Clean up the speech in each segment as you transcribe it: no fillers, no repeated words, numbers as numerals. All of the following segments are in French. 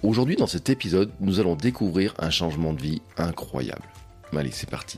Aujourd'hui, dans cet épisode, nous allons découvrir un changement de vie incroyable. Allez, c'est parti.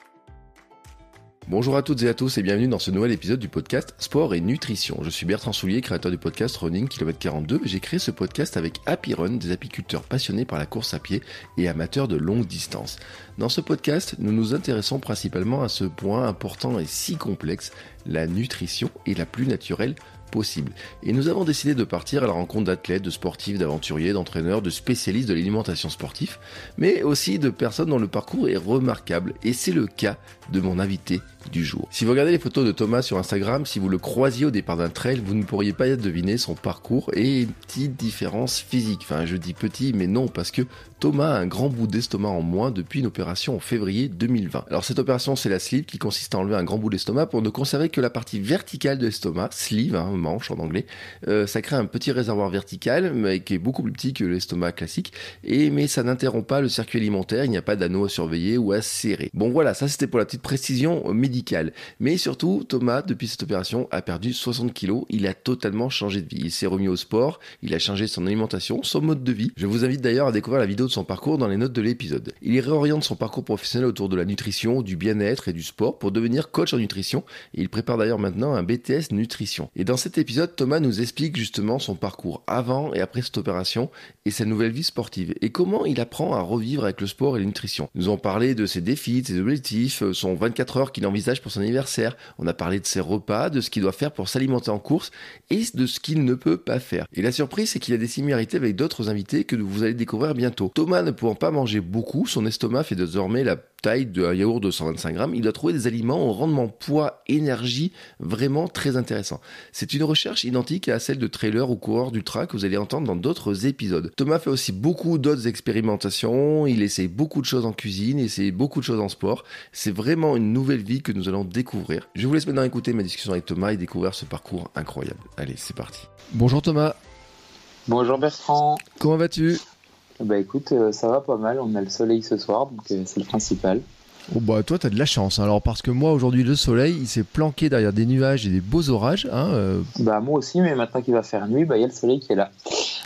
Bonjour à toutes et à tous et bienvenue dans ce nouvel épisode du podcast Sport et Nutrition. Je suis Bertrand Soulier, créateur du podcast Running Kilomètre 42. J'ai créé ce podcast avec Happy Run, des apiculteurs passionnés par la course à pied et amateurs de longue distance. Dans ce podcast, nous nous intéressons principalement à ce point important et si complexe, la nutrition est la plus naturelle possible. Et nous avons décidé de partir à la rencontre d'athlètes, de sportifs, d'aventuriers, d'entraîneurs, de spécialistes de l'alimentation sportive, mais aussi de personnes dont le parcours est remarquable. Et c'est le cas de mon invité du jour. Si vous regardez les photos de Thomas sur Instagram, si vous le croisiez au départ d'un trail, vous ne pourriez pas deviner son parcours et une petite différence physique. Enfin, je dis petit, mais non, parce que Thomas a un grand bout d'estomac en moins depuis une opération en février 2020. Alors cette opération, c'est la sleeve qui consiste à enlever un grand bout d'estomac pour ne conserver que la partie verticale de l'estomac, sleeve, manche en anglais. Ça crée un petit réservoir vertical, mais qui est beaucoup plus petit que l'estomac classique, mais ça n'interrompt pas le circuit alimentaire, il n'y a pas d'anneau à surveiller ou à serrer. Bon voilà, ça c'était pour la petite précision médicale. Mais surtout, Thomas, depuis cette opération, a perdu 60 kilos, il a totalement changé de vie. Il s'est remis au sport, il a changé son alimentation, son mode de vie. Je vous invite d'ailleurs à découvrir la vidéo de son parcours dans les notes de l'épisode. Il réoriente son parcours professionnel autour de la nutrition, du bien-être et du sport pour devenir coach en nutrition et il prépare d'ailleurs maintenant un BTS nutrition. Et dans cet épisode, Thomas nous explique justement son parcours avant et après cette opération et sa nouvelle vie sportive et comment il apprend à revivre avec le sport et la nutrition. Nous avons parlé de ses défis, de ses objectifs, son 24 heures qu'il envisage pour son anniversaire. On a parlé de ses repas, de ce qu'il doit faire pour s'alimenter en course et de ce qu'il ne peut pas faire. Et la surprise, c'est qu'il a des similarités avec d'autres invités que vous allez découvrir bientôt. Thomas ne pouvant pas manger beaucoup, son estomac fait désormais la taille d'un yaourt de 125 grammes, il doit trouver des aliments au rendement poids, énergie vraiment très intéressant. C'est une recherche identique à celle de trailers ou coureurs d'ultra que vous allez entendre dans d'autres épisodes. Thomas fait aussi beaucoup d'autres expérimentations, il essaie beaucoup de choses en cuisine, il essaie beaucoup de choses en sport. C'est vraiment une nouvelle vie que nous allons découvrir. Je vous laisse maintenant écouter ma discussion avec Thomas et découvrir ce parcours incroyable. Allez, c'est parti. Bonjour Thomas. Bonjour Bertrand. Comment vas-tu ? Bah écoute, ça va pas mal, on a le soleil ce soir, donc c'est le principal. Oh bah toi t'as de la chance, hein. Alors parce que moi aujourd'hui le soleil il s'est planqué derrière des nuages et des beaux orages. Bah moi aussi, mais maintenant qu'il va faire nuit, bah il y a le soleil qui est là.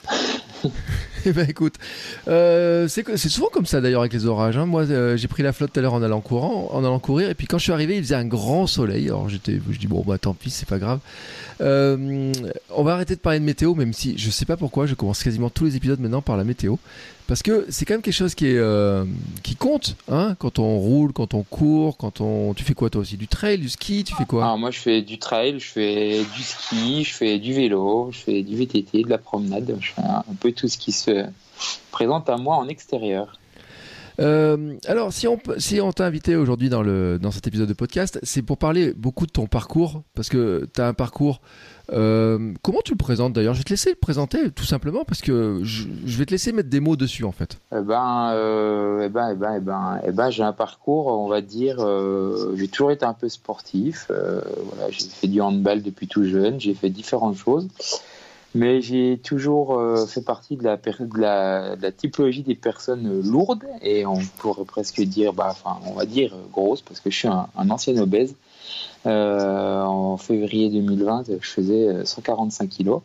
Eh ben écoute, c'est souvent comme ça d'ailleurs avec les orages. Moi j'ai pris la flotte tout à l'heure en allant courir et puis quand je suis arrivé il faisait un grand soleil. Alors je dis bon bah tant pis c'est pas grave. On va arrêter de parler de météo même si je sais pas pourquoi je commence quasiment tous les épisodes maintenant par la météo parce que c'est quand même quelque chose qui compte quand on roule, quand on court, tu fais quoi toi aussi, du trail, du ski, tu fais quoi? Alors moi je fais du trail, je fais du ski, je fais du vélo, je fais du VTT, de la promenade, je fais un peu tout ce qui se présente à moi en extérieur. Alors si on t'a invité aujourd'hui dans cet épisode de podcast, c'est pour parler beaucoup de ton parcours parce que tu as un parcours. Comment tu le présentes d'ailleurs? Je vais te laisser le présenter tout simplement parce que je vais te laisser mettre des mots dessus en fait. J'ai un parcours, on va dire, j'ai toujours été un peu sportif. Voilà, j'ai fait du handball depuis tout jeune, j'ai fait différentes choses. Mais j'ai toujours fait partie de la typologie des personnes lourdes et on pourrait presque dire, on va dire grosses parce que je suis un ancien obèse. En février 2020, je faisais 145 kilos.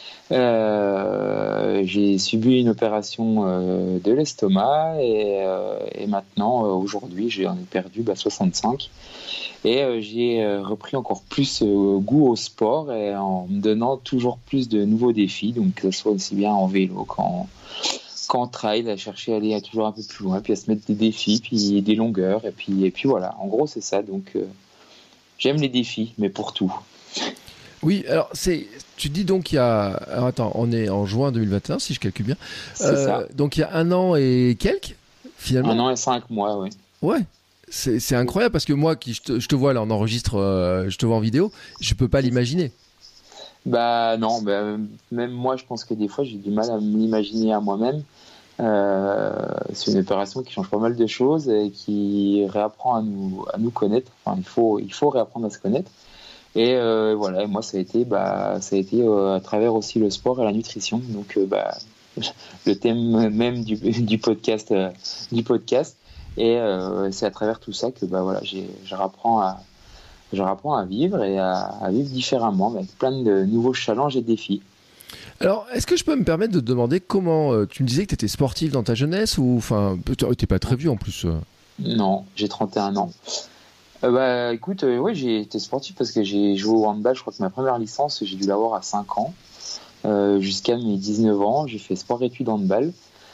J'ai subi une opération de l'estomac et maintenant, aujourd'hui, j'en ai perdu 65. Et j'ai repris encore plus goût au sport et en me donnant toujours plus de nouveaux défis, donc que ce soit aussi bien en vélo qu'en trail, à chercher à aller toujours un peu plus loin, puis à se mettre des défis, puis des longueurs, et puis voilà, en gros c'est ça, donc j'aime les défis, mais pour tout. Oui, alors tu dis donc il y a... Alors attends, on est en juin 2021 si je calcule bien. C'est ça. Donc il y a 1 an et quelques finalement. 1 an et 5 mois, oui. Ouais. C'est incroyable parce que moi, je te vois là, on enregistre, je te vois en vidéo, je peux pas l'imaginer. Non, même moi, je pense que des fois, j'ai du mal à m'imaginer à moi-même. C'est une opération qui change pas mal de choses et qui réapprend à nous connaître. Enfin, il faut réapprendre à se connaître. Et voilà, et moi, ça a été à travers aussi le sport et la nutrition. Donc, le thème même du podcast. Et c'est à travers tout ça que je rapprends à vivre et à vivre différemment avec plein de nouveaux challenges et défis. Alors, est-ce que je peux me permettre de te demander comment tu me disais que tu étais sportif dans ta jeunesse ou enfin, t'es pas très vieux en plus. Non, j'ai 31 ans. Bah écoute, oui, j'ai été sportif parce que j'ai joué au handball. Je crois que ma première licence, j'ai dû l'avoir à 5 ans. Jusqu'à mes 19 ans, j'ai fait sport-études handball.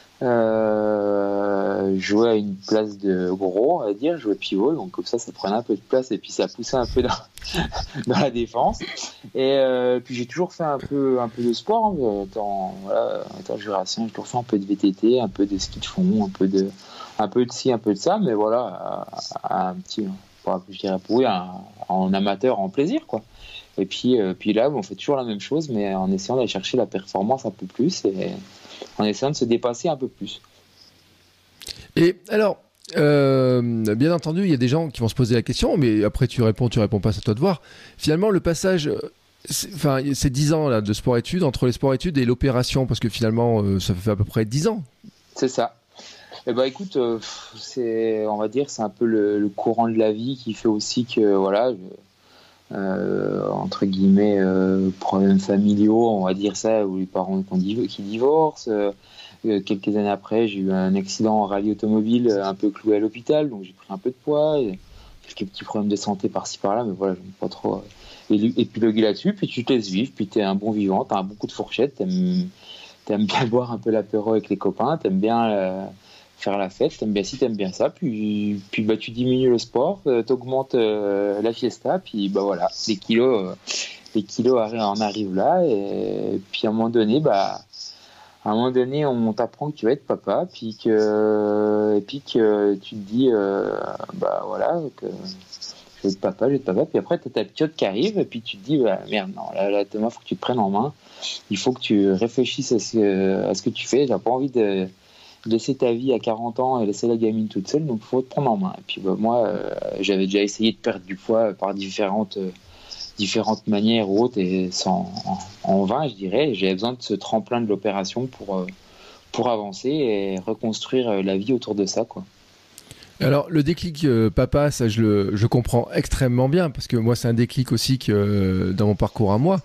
Je jouais à une place de gros, on va dire, je jouais pivot, donc comme ça prenait un peu de place et puis ça poussait un peu dans la défense. Et puis j'ai toujours fait un peu de sport, hein, étant jurassien, j'ai toujours fait un peu de VTT, un peu de ski de fond, un peu de ci, un peu de ça, mais voilà, un petit, je dirais oui, en amateur, en plaisir, quoi. Et puis là, on fait toujours la même chose, mais en essayant d'aller chercher la performance un peu plus et en essayant de se dépasser un peu plus. Et alors, bien entendu, il y a des gens qui vont se poser la question, mais après tu réponds pas, c'est à toi de voir. Finalement, le passage, c'est 10 ans là, de sport-études, entre les sport-études et l'opération, parce que finalement, ça fait à peu près 10 ans. C'est ça. Eh ben, écoute, on va dire, c'est un peu le courant de la vie qui fait aussi que, voilà, entre guillemets, problèmes familiaux, on va dire ça, où les parents qui divorcent. Quelques années après, j'ai eu un accident en rallye automobile, un peu cloué à l'hôpital, donc j'ai pris un peu de poids, et quelques petits problèmes de santé par-ci par-là, mais voilà, je n'ai pas trop épilogué là-dessus. Puis tu te laisses vivre, puis tu es un bon vivant, tu as un bon coup de fourchette, t'aimes bien boire un peu l'apéro avec les copains, t'aimes bien faire la fête, t'aimes bien ci, t'aimes bien ça, puis bah, tu diminues le sport, t'augmentes la fiesta, puis bah voilà, les kilos en arrivent là, et puis à un moment donné, on t'apprend que tu vas être papa, et puis que tu te dis, bah voilà, que je vais être papa, puis après t'as ta petite qui arrive, et puis tu te dis, bah, merde, non, là Thomas, faut que tu te prennes en main, il faut que tu réfléchisses à ce que tu fais, t'as pas envie de laisser ta vie à 40 ans et laisser la gamine toute seule, donc il faut te prendre en main. Et puis bah, moi, j'avais déjà essayé de perdre du poids par différentes manières ou autres, et en vain, je dirais. J'avais besoin de ce tremplin de l'opération pour avancer et reconstruire la vie autour de ça, quoi. Alors le déclic papa, ça je comprends extrêmement bien, parce que moi c'est un déclic aussi que dans mon parcours à moi.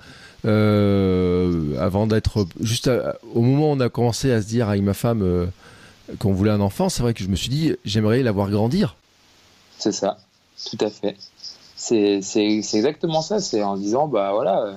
Avant d'être juste au moment où on a commencé à se dire avec ma femme qu'on voulait un enfant, c'est vrai que je me suis dit j'aimerais la voir grandir. C'est ça, tout à fait. C'est exactement ça. C'est en se disant bah voilà,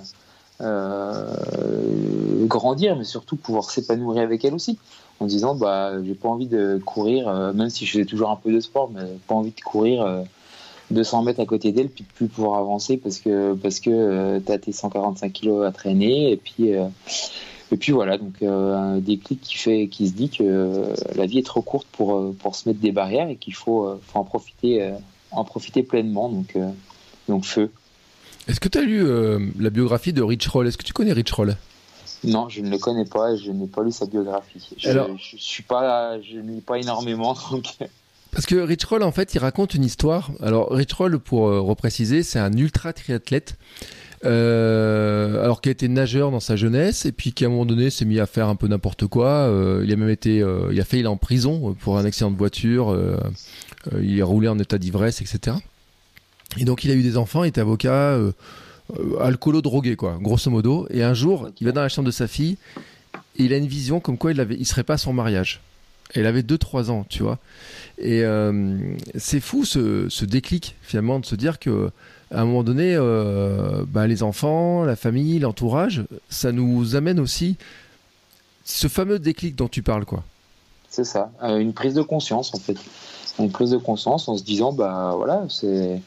grandir, mais surtout pouvoir s'épanouir avec elle aussi. En disant bah j'ai pas envie de courir, même si je fais toujours un peu de sport, mais pas envie de courir 200 mètres à côté d'elle puis de plus pouvoir avancer parce que t'as tes 145 kilos à traîner, et puis voilà, donc un déclic qui se dit que la vie est trop courte pour se mettre des barrières et qu'il faut en profiter pleinement, donc feu. Est-ce que tu as lu la biographie de Rich Roll? Est-ce que tu connais Rich Roll? Non, je ne le connais pas et je n'ai pas lu sa biographie. Je ne lis pas énormément, donc... Parce que Rich Roll, en fait, il raconte une histoire. Alors, Rich Roll, pour repréciser, c'est un ultra triathlète, alors qui a été nageur dans sa jeunesse, et puis qui, à un moment donné, s'est mis à faire un peu n'importe quoi. Il a même été, il a failli aller en prison pour un accident de voiture. Il a roulé en état d'ivresse, etc. Et donc, il a eu des enfants, il était avocat, alcoolo-drogué, quoi, grosso modo. Et un jour, il va dans la chambre de sa fille, et il a une vision comme quoi il serait pas à son mariage. Elle avait 2-3 ans, tu vois. Et c'est fou ce déclic, finalement, de se dire qu'à un moment donné, les enfants, la famille, l'entourage, ça nous amène aussi ce fameux déclic dont tu parles, quoi. C'est ça, une prise de conscience, en fait. Une prise de conscience en se disant, bah voilà, c'est...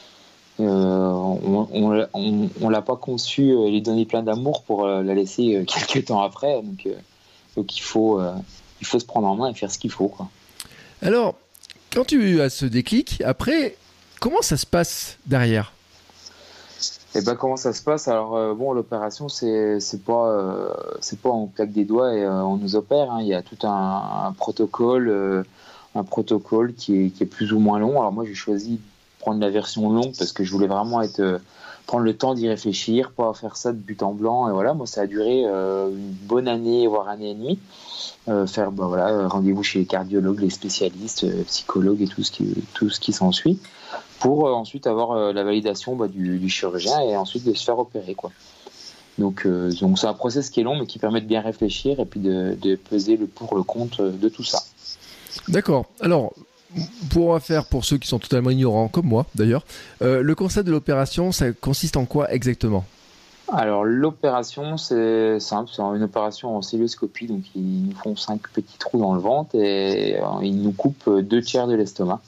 on l'a pas conçu, lui donner plein d'amour pour la laisser quelques temps après, donc il faut se prendre en main et faire ce qu'il faut, quoi. Alors, quand tu as ce déclic, après, comment ça se passe derrière? Et ben comment ça se passe? Alors l'opération c'est pas on claque des doigts et on nous opère, hein. Il y a tout un protocole qui est plus ou moins long. Alors moi j'ai choisi de prendre la version longue parce que je voulais vraiment prendre le temps d'y réfléchir, pas faire ça de but en blanc, et voilà. Moi ça a duré une bonne année, voire année et demie. Faire rendez-vous chez les cardiologues, les spécialistes, psychologues et tout ce qui s'ensuit, pour ensuite avoir la validation du chirurgien et ensuite de se faire opérer, quoi. Donc c'est un process qui est long, mais qui permet de bien réfléchir et puis de peser le pour le contre de tout ça. D'accord. Alors, pour ceux qui sont totalement ignorants, comme moi d'ailleurs, le concept de l'opération, ça consiste en quoi exactement ? Alors l'opération, c'est simple, c'est une opération en cœlioscopie, donc ils nous font 5 petits trous dans le ventre et ils nous coupent 2 tiers de l'estomac.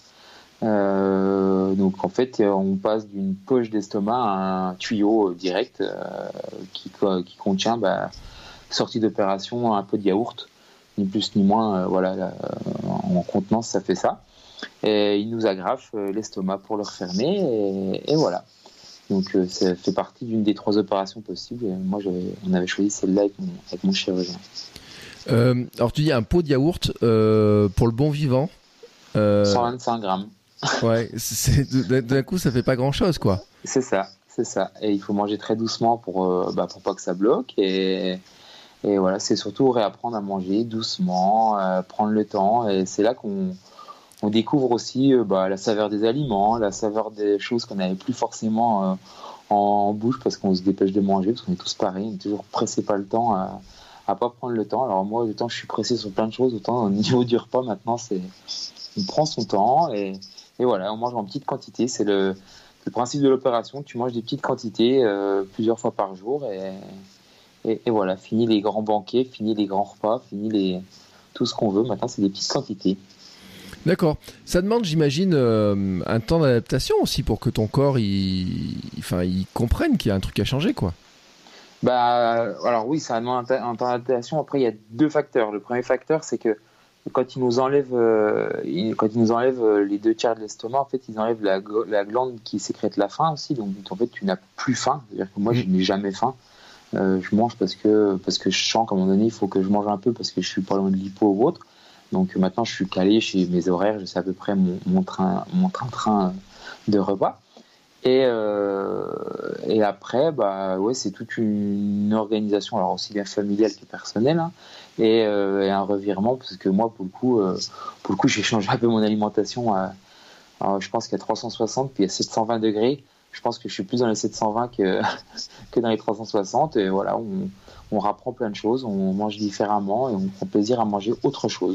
Donc en fait, on passe d'une poche d'estomac à un tuyau direct qui contient sortie d'opération un peu de yaourt, ni plus ni moins. En contenance, ça fait ça. Et ils nous agrafent l'estomac pour le refermer et voilà. Donc ça fait partie d'une des 3 opérations possibles. Et moi, on avait choisi celle-là avec mon chirurgien. Alors tu dis un pot de yaourt pour le bon vivant. 125 grammes. Ouais, d'un coup, ça fait pas grand-chose, quoi. C'est ça. Et il faut manger très doucement pour pas que ça bloque. Et voilà, c'est surtout réapprendre à manger doucement, prendre le temps. Et c'est là qu'on découvre aussi la saveur des aliments, la saveur des choses qu'on n'avait plus forcément en bouche parce qu'on se dépêche de manger, parce qu'on est tous pareils, on est toujours pressé par le temps à pas prendre le temps. Alors moi, autant je suis pressé sur plein de choses, autant au niveau du repas, maintenant, on prend son temps et voilà, on mange en petite quantité. C'est le principe de l'opération. Tu manges des petites quantités plusieurs fois par jour et voilà, fini les grands banquets, fini les grands repas, fini tout ce qu'on veut. Maintenant, c'est des petites quantités. D'accord. Ça demande, j'imagine, un temps d'adaptation aussi pour que ton corps il comprenne qu'il y a un truc à changer, quoi. Alors oui, ça demande un temps d'adaptation. Après, il y a 2 facteurs. Le premier facteur, c'est que quand ils nous enlèvent les 2 tiers de l'estomac, en fait, ils enlèvent la glande qui sécrète la faim aussi. Donc en fait, tu n'as plus faim. C'est-à-dire que moi, je n'ai jamais faim. Je mange parce que je sens qu'à un moment donné, il faut que je mange un peu parce que je suis pas loin de l'hypo ou autre. Donc maintenant, je suis calé chez mes horaires, je sais à peu près mon train de repas. Et après, c'est toute une organisation, alors aussi bien familiale que personnelle, hein, et un revirement, parce que moi, pour le coup, j'ai changé un peu mon alimentation je pense qu'à 360, puis à 720 degrés. Je pense que je suis plus dans les 720 que dans les 360. Et voilà, on rapprend plein de choses, on mange différemment et on prend plaisir à manger autre chose.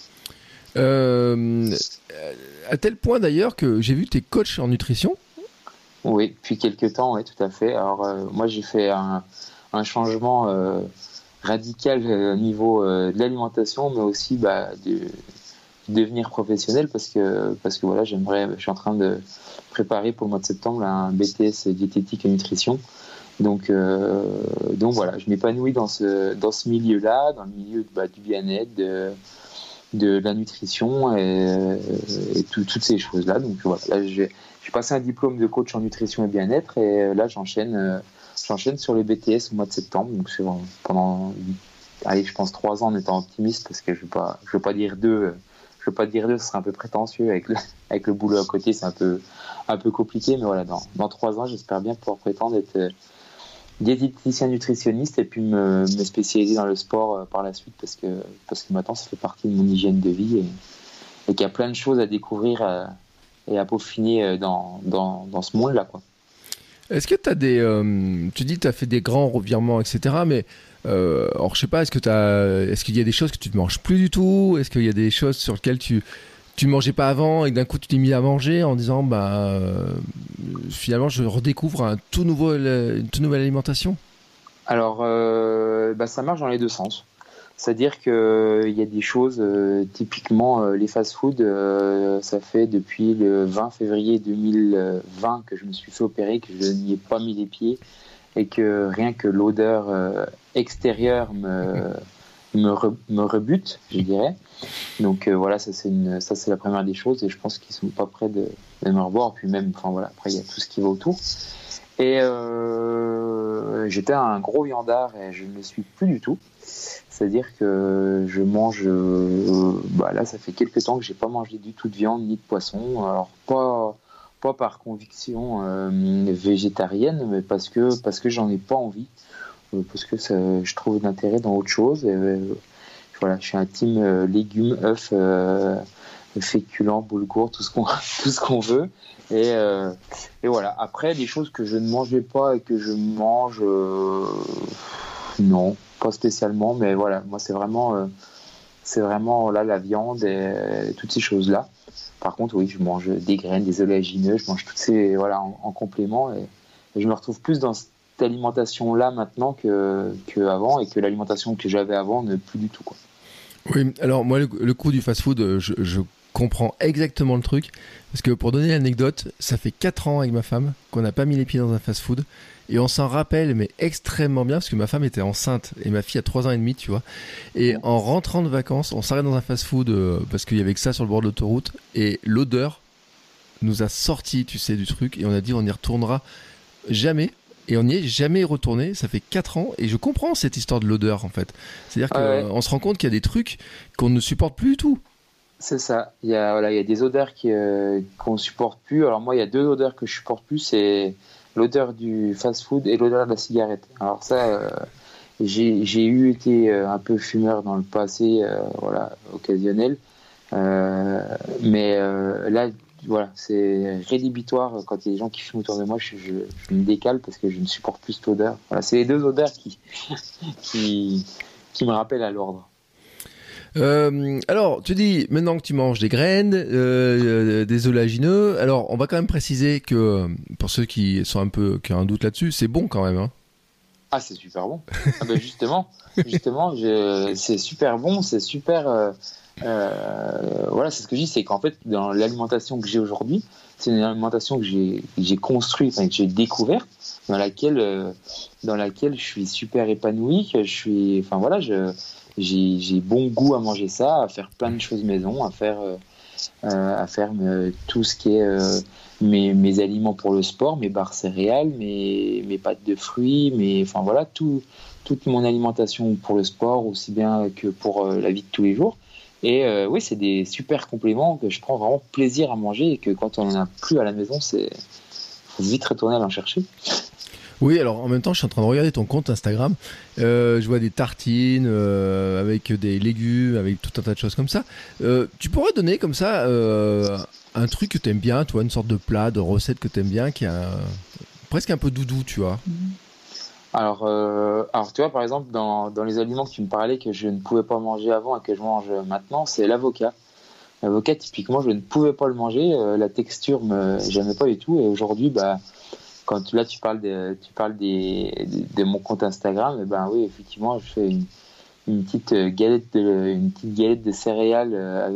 À tel point d'ailleurs que j'ai vu que tu es coach en nutrition. Oui, depuis quelques temps, oui, tout à fait. Alors moi, j'ai fait un changement radical au niveau de l'alimentation, mais aussi du devenir professionnel parce que voilà, je suis en train de préparer pour le mois de septembre un BTS diététique et nutrition. Donc voilà, je m'épanouis dans ce milieu-là, dans le milieu du bien-être, de la nutrition et toutes ces choses-là. Donc voilà, là j'ai passé un diplôme de coach en nutrition et bien-être et là j'enchaîne sur le BTS au mois de septembre. Donc pendant je pense 3 ans en étant optimiste parce que je veux pas dire 2. Je veux pas dire 2, ce serait un peu prétentieux avec le boulot à côté, c'est un peu compliqué, mais voilà, dans 3 ans, j'espère bien pouvoir prétendre être diététicien nutritionniste et puis me spécialiser dans le sport par la suite parce que maintenant, ça fait partie de mon hygiène de vie et qu'il y a plein de choses à découvrir et à peaufiner dans ce monde-là, quoi. Est-ce que tu as tu dis que tu as fait des grands revirements, etc. Mais alors je sais pas, est-ce qu'il y a des choses que tu ne manges plus du tout ? Est-ce qu'il y a des choses sur lesquelles tu mangeais pas avant et d'un coup tu t'es mis à manger en disant finalement je redécouvre une toute nouvelle alimentation ? Alors ça marche dans les 2 sens. C'est-à-dire qu'il y a des choses, typiquement les fast-food, ça fait depuis le 20 février 2020 que je me suis fait opérer, que je n'y ai pas mis les pieds et que rien que l'odeur extérieure me rebute, je dirais. Donc voilà, ça c'est la première des choses et je pense qu'ils sont pas prêts de me revoir. Puis même, enfin voilà, après il y a tout ce qui va autour. Et j'étais un gros viandard et je ne le suis plus du tout. C'est-à-dire que je mange, là ça fait quelques temps que j'ai pas mangé du tout de viande ni de poisson. Alors pas par conviction végétarienne, mais parce que j'en ai pas envie, parce que je trouve d'intérêt dans autre chose. Et, voilà, je suis un team légumes, œufs, féculents, boulgour, tout ce qu'on veut. Et voilà. Après, les choses que je ne mangeais pas et que je mange, non, pas spécialement. Mais voilà, moi, c'est vraiment là la viande et toutes ces choses-là. Par contre, oui, je mange des graines, des oléagineux, je mange toutes ces en complément et je me retrouve plus dans cette alimentation-là maintenant que avant et que l'alimentation que j'avais avant ne plus du tout, quoi. Oui, alors moi, le coup du fast-food, je comprends exactement le truc. Parce que pour donner l'anecdote, ça fait 4 ans avec ma femme qu'on n'a pas mis les pieds dans un fast-food. Et on s'en rappelle, mais extrêmement bien, parce que ma femme était enceinte et ma fille a 3 ans et demi, tu vois. Et en rentrant de vacances, on s'arrête dans un fast-food parce qu'il y avait que ça sur le bord de l'autoroute. Et l'odeur nous a sorti, tu sais, du truc. Et on a dit, on n'y retournera jamais. Et on n'y est jamais retourné. Ça fait 4 ans. Et je comprends cette histoire de l'odeur, en fait. C'est-à-dire qu'on se rend compte qu'il y a des trucs qu'on ne supporte plus du tout. C'est ça. Il y a des odeurs qu'on ne supporte plus. Alors moi, il y a 2 odeurs que je supporte plus. C'est l'odeur du fast-food et l'odeur de la cigarette. Alors ça, j'ai été un peu fumeur dans le passé, occasionnel. Mais là, voilà, c'est rédhibitoire. Quand il y a des gens qui fument autour de moi, je me décale parce que je ne supporte plus cette odeur. Voilà, c'est les 2 odeurs qui me rappellent à l'ordre. Alors, tu dis maintenant que tu manges des graines, des oléagineux. Alors, on va quand même préciser que pour ceux qui ont un doute là-dessus, c'est bon quand même. Hein. Ah, c'est super bon. Ah ben justement, c'est super bon, c'est super. C'est ce que je dis, c'est qu'en fait, dans l'alimentation que j'ai aujourd'hui, c'est une alimentation que j'ai construite, que j'ai découverte, dans laquelle je suis super épanoui, que j'ai bon goût à manger ça, à faire plein de choses maison, à faire tout ce qui est mes aliments pour le sport, mes barres céréales, mes pâtes de fruits, toute mon alimentation pour le sport, aussi bien que pour la vie de tous les jours. Et oui, c'est des super compléments que je prends vraiment plaisir à manger et que quand on n'en a plus à la maison, faut vite retourner à en chercher. Oui, alors en même temps, je suis en train de regarder ton compte Instagram. Je vois des tartines avec des légumes, avec tout un tas de choses comme ça. Tu pourrais donner comme ça un truc que tu aimes bien, toi, une sorte de plat, de recette que tu aimes bien, qui est presque un peu doudou, tu vois. Alors, tu vois, par exemple, dans les aliments que tu me parlais que je ne pouvais pas manger avant et que je mange maintenant, c'est l'avocat. L'avocat, typiquement, je ne pouvais pas le manger. La texture j'aimais pas du tout. Et aujourd'hui, quand là tu parles de mon compte Instagram, oui, effectivement, je fais une petite galette de céréales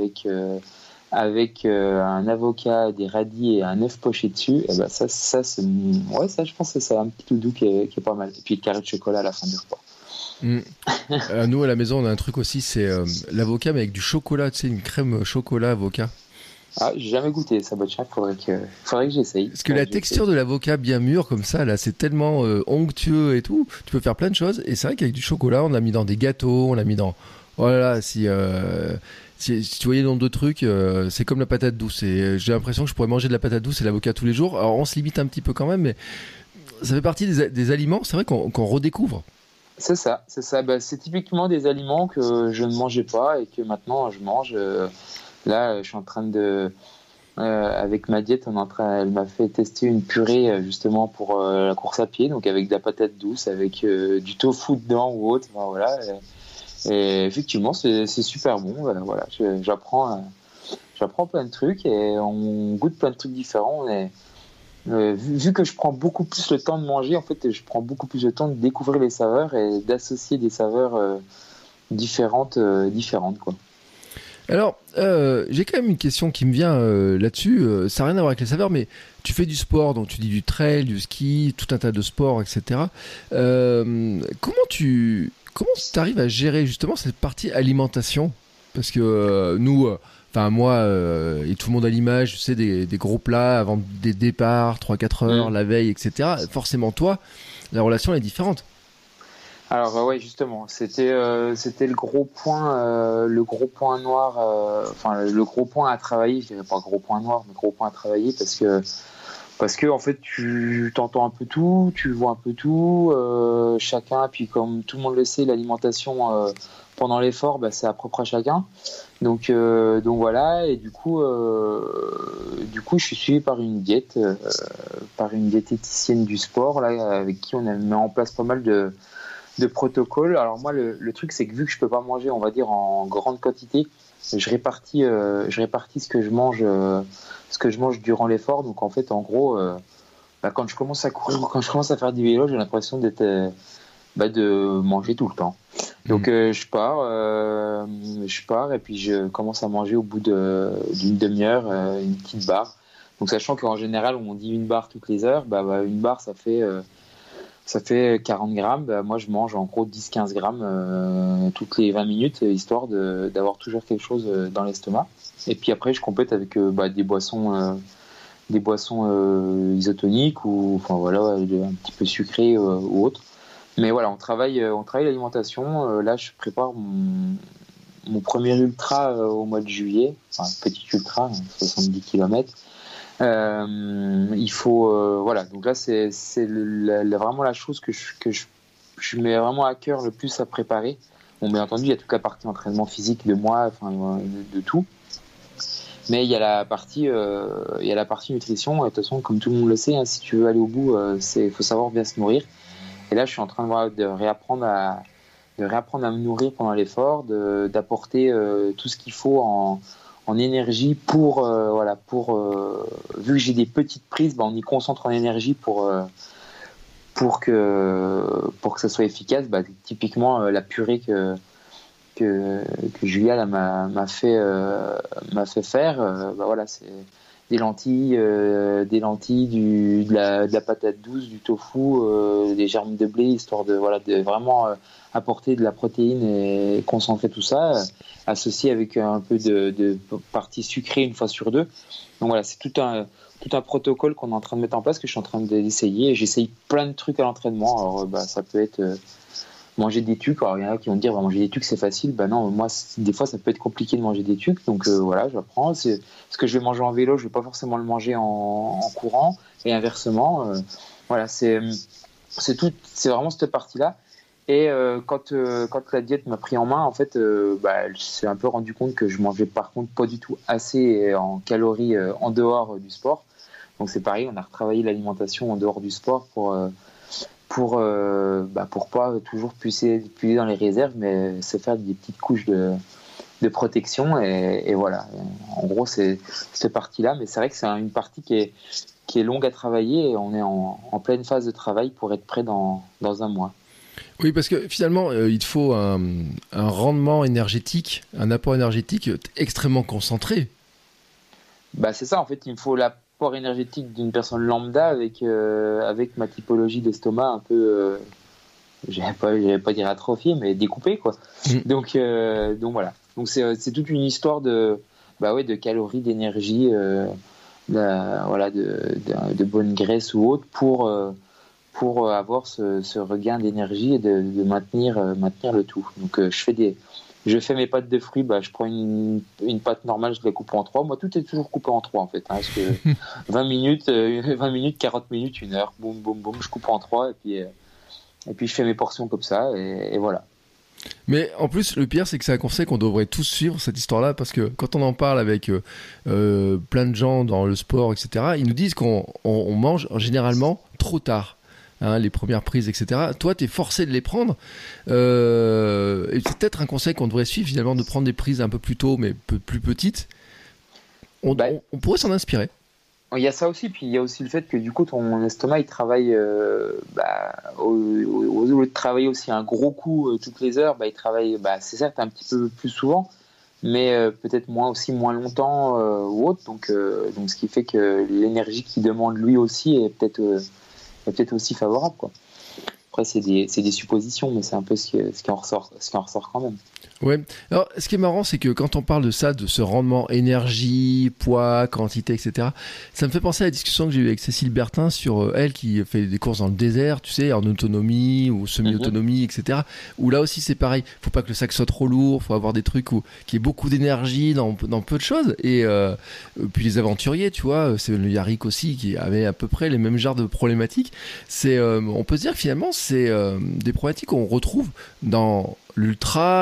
avec un avocat, des radis et un œuf poché dessus. Et ça c'est je pense que c'est un petit doudou qui est pas mal. Et puis le carré de chocolat à la fin du repas. Nous à la maison on a un truc aussi, c'est l'avocat mais avec du chocolat, tu sais, une crème chocolat avocat. Ah, j'ai jamais goûté ça, faudrait que j'essaye. Parce que la texture de l'avocat bien mûr comme ça, là, c'est tellement onctueux et tout. Tu peux faire plein de choses. Et c'est vrai qu'avec du chocolat, on l'a mis dans des gâteaux, on l'a mis dans... Voilà, si tu voyais le nombre de trucs, c'est comme la patate douce. Et j'ai l'impression que je pourrais manger de la patate douce et l'avocat tous les jours. Alors on se limite un petit peu quand même, mais ça fait partie des aliments, c'est vrai qu'on redécouvre. C'est ça. C'est typiquement des aliments que je ne mangeais pas et que maintenant je mange... Là, je suis en train de... avec ma diète, elle m'a fait tester une purée justement pour la course à pied, donc avec de la patate douce, avec du tofu dedans ou autre. Voilà. Et effectivement, c'est super bon. Voilà. J'apprends plein de trucs et on goûte plein de trucs différents. Vu que je prends beaucoup plus le temps de manger, en fait, je prends beaucoup plus le temps de découvrir les saveurs et d'associer des saveurs différentes, quoi. Alors, j'ai quand même une question qui me vient là-dessus. Ça n'a rien à voir avec les saveurs, mais tu fais du sport, donc tu dis du trail, du ski, tout un tas de sports, etc. Comment tu arrives à gérer justement cette partie alimentation ? Parce que nous, moi et tout le monde à l'image, tu sais, des gros plats avant des départs, 3-4 heures, la veille, etc. Forcément, toi, la relation est différente. Alors ouais, justement, c'était le gros point noir, le gros point à travailler. Je dirais pas gros point noir, mais gros point à travailler parce que en fait tu t'entends un peu tout, tu vois un peu tout, chacun. Puis comme tout le monde le sait, l'alimentation pendant l'effort, bah, c'est propre à chacun. Donc voilà, et du coup, je suis suivi par une diététicienne du sport, là, avec qui on a mis en place pas mal de protocoles. Alors moi, le truc, c'est que vu que je peux pas manger, on va dire, en grande quantité, je répartis ce que je mange durant l'effort. Donc en fait, en gros, quand je commence à courir, quand je commence à faire du vélo, j'ai l'impression de manger tout le temps. Donc je pars et puis je commence à manger au bout d'une demi-heure, une petite barre. Donc sachant qu'en général, on dit une barre toutes les heures, une barre ça fait 40 grammes. Moi, je mange en gros 10-15 grammes toutes les 20 minutes, histoire d'avoir toujours quelque chose dans l'estomac. Et puis après, je complète avec des boissons isotoniques ou enfin voilà, un petit peu sucrées ou autres. Mais voilà, on travaille l'alimentation. Là, je prépare mon premier ultra au mois de juillet, enfin petit ultra, 70 km. Il faut voilà, donc là c'est vraiment la chose que je mets vraiment à cœur le plus à préparer. Bon, bien entendu, il y a toute la partie entraînement physique de moi, enfin de tout, mais il y a la partie nutrition. Et de toute façon, comme tout le monde le sait, hein, si tu veux aller au bout, faut savoir bien se nourrir. Et là, je suis en train de réapprendre à me nourrir pendant l'effort, d'apporter tout ce qu'il faut en énergie pour vu que j'ai des petites prises, on y concentre en énergie pour que ça soit efficace. Typiquement la purée que Julia là, m'a fait faire, voilà, c'est des lentilles, de la patate douce, du tofu, des germes de blé, histoire de vraiment apporter de la protéine et concentrer tout ça, associé avec un peu de partie sucrée une fois sur deux. Donc voilà, c'est tout un protocole qu'on est en train de mettre en place, que je suis en train d'essayer. J'essaye plein de trucs à l'entraînement. Alors ça peut être manger des tucs. Alors il y en a qui vont dire manger des tucs c'est facile. Non, moi des fois ça peut être compliqué de manger des tucs. Donc voilà, j'apprends. Ce que je vais manger en vélo, je vais pas forcément le manger en courant, et inversement. Voilà, c'est vraiment cette partie-là. Et quand la diète m'a pris en main, en fait, elle s'est un peu rendu compte que je mangeais par contre pas du tout assez en calories en dehors du sport. Donc c'est pareil, on a retravaillé l'alimentation en dehors du sport pour pas toujours puiser dans les réserves, mais se faire des petites couches de protection. Et voilà, en gros c'est cette partie-là. Mais c'est vrai que c'est une partie qui est longue à travailler, et on est en pleine phase de travail pour être prêt dans un mois. Oui, parce que finalement, il te faut un rendement énergétique, un apport énergétique extrêmement concentré. C'est ça, en fait, il me faut l'apport énergétique d'une personne lambda avec ma typologie d'estomac un peu, j'allais pas dire atrophié, mais découpé, quoi. Donc voilà. Donc c'est toute une histoire de calories, d'énergie, de bonne graisse ou autre pour avoir ce regain d'énergie et de maintenir le tout. Donc je fais mes pâtes de fruits, je prends une pâte normale, je la coupe en trois. Moi, tout est toujours coupé en trois, en fait, parce que 20 minutes, 40 minutes, 1 heure, boum, boum, boum, je coupe en trois, et puis je fais mes portions comme ça, et voilà. Mais en plus, le pire, c'est que c'est un conseil qu'on devrait tous suivre, cette histoire-là, parce que quand on en parle avec plein de gens dans le sport, etc., ils nous disent qu'on mange généralement trop tard. Les premières prises, etc. Toi, tu es forcé de les prendre. Et c'est peut-être un conseil qu'on devrait suivre, finalement, de prendre des prises un peu plus tôt, mais plus petites. On pourrait s'en inspirer. Il y a ça aussi, puis il y a aussi le fait que du coup, ton estomac, il travaille, au lieu de travailler aussi un gros coup toutes les heures, il travaille, c'est certes un petit peu plus souvent, mais peut-être moins longtemps ou autre. Donc ce qui fait que l'énergie qu'il demande lui aussi est peut-être aussi favorable, quoi. Après, c'est des suppositions, mais c'est un peu ce qui en ressort quand même. Ouais. Alors, ce qui est marrant, c'est que quand on parle de ça, de ce rendement énergie, poids, quantité, etc., ça me fait penser à la discussion que j'ai eue avec Cécile Bertin sur elle qui fait des courses dans le désert, tu sais, en autonomie ou semi-autonomie, etc. Où là aussi, c'est pareil. Faut pas que le sac soit trop lourd, faut avoir des trucs qui ait beaucoup d'énergie dans peu de choses. Et puis les aventuriers, tu vois, c'est le Yarrick aussi qui avait à peu près les mêmes genres de problématiques. On peut se dire que finalement, c'est des problématiques qu'on retrouve dans l'ultra, dans plein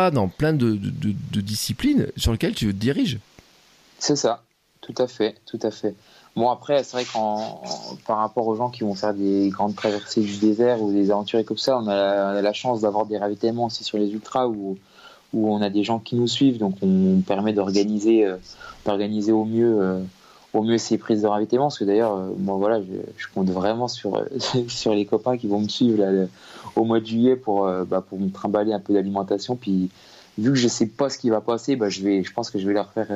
plein de disciplines sur lesquelles tu te diriges. C'est ça, tout à fait. Bon, après, c'est vrai par rapport aux gens qui vont faire des grandes traversées du désert ou des aventures comme ça, on a la chance d'avoir des ravitaillements aussi sur les ultras où on a des gens qui nous suivent, donc on permet d'organiser au mieux ces prises de ravitaillement, parce que d'ailleurs, moi voilà, je compte vraiment sur les copains qui vont me suivre là, au mois de juillet pour me trimballer un peu d'alimentation, puis vu que je sais pas ce qui va passer, je pense que je vais leur faire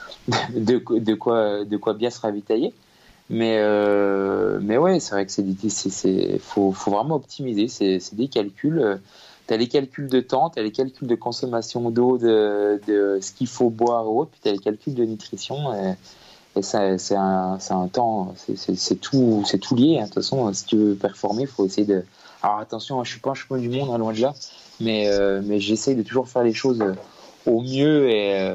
de quoi bien se ravitailler. Mais ouais, c'est vrai que faut vraiment optimiser. C'est des calculs. Tu as les calculs de temps, tu as les calculs de consommation d'eau, de ce qu'il faut boire ou autre, puis tu as les calculs de nutrition. Et ça, c'est un temps, c'est tout lié. De toute façon, si tu veux performer, il faut essayer de. Alors attention, je suis pas un champion du monde, hein, loin de là, mais j'essaye de toujours faire les choses au mieux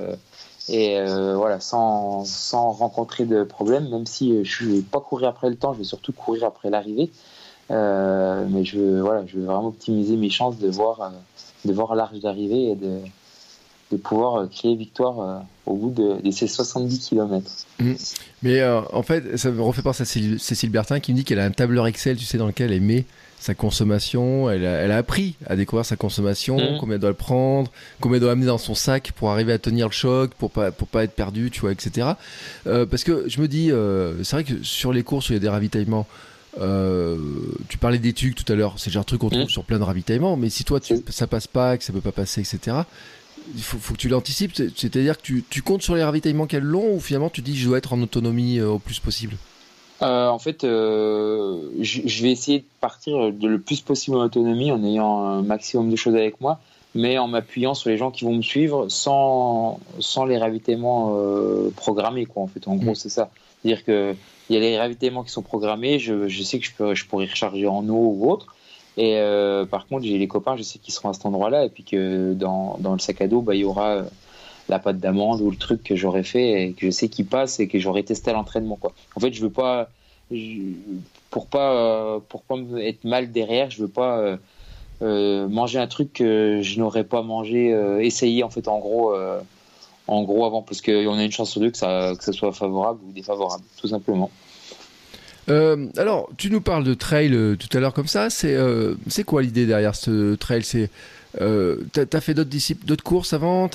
et voilà, sans rencontrer de problème, même si je ne vais pas courir après le temps, je vais surtout courir après l'arrivée. Mais je veux vraiment optimiser mes chances de voir l'arche d'arrivée et de pouvoir crier victoire au bout de ces 70 km. Mais en fait, ça me refait penser à Cécile Bertin qui me dit qu'elle a un tableur Excel, tu sais, dans lequel elle met sa consommation, elle a appris à découvrir sa consommation, combien elle doit le prendre, combien elle doit amener dans son sac pour arriver à tenir le choc, pour pas être perdu, tu vois, etc. Parce que je me dis, c'est vrai que sur les courses où il y a des ravitaillements, tu parlais des tucs tout à l'heure, c'est le genre de truc qu'on trouve sur plein de ravitaillements, mais si toi ça passe pas, que ça peut pas passer, etc., il faut que tu l'anticipes, c'est-à-dire que tu comptes sur les ravitaillements qu'elles l'ont, ou finalement tu dis je dois être en autonomie au plus possible? En fait, je vais essayer de partir le plus possible en autonomie en ayant un maximum de choses avec moi, mais en m'appuyant sur les gens qui vont me suivre sans les ravitaillements programmés, quoi. En fait, en gros, c'est ça. C'est-à-dire que il y a les ravitaillements qui sont programmés, je sais que je pourrais recharger en eau ou autre. Et par contre, j'ai les copains, je sais qu'ils seront à cet endroit-là, et puis que dans le sac à dos, il y aura la pâte d'amande ou le truc que j'aurais fait et que je sais qu'il passe et que j'aurais testé à l'entraînement, quoi. En fait, je veux pas, pour pas être mal derrière, je veux pas manger un truc que je n'aurais pas mangé, essayé en fait en gros avant, parce qu'on a une chance sur deux que ça soit favorable ou défavorable, tout simplement. Alors, tu nous parles de trail tout à l'heure comme ça. C'est quoi l'idée derrière ce trail? T'as fait d'autres courses avant?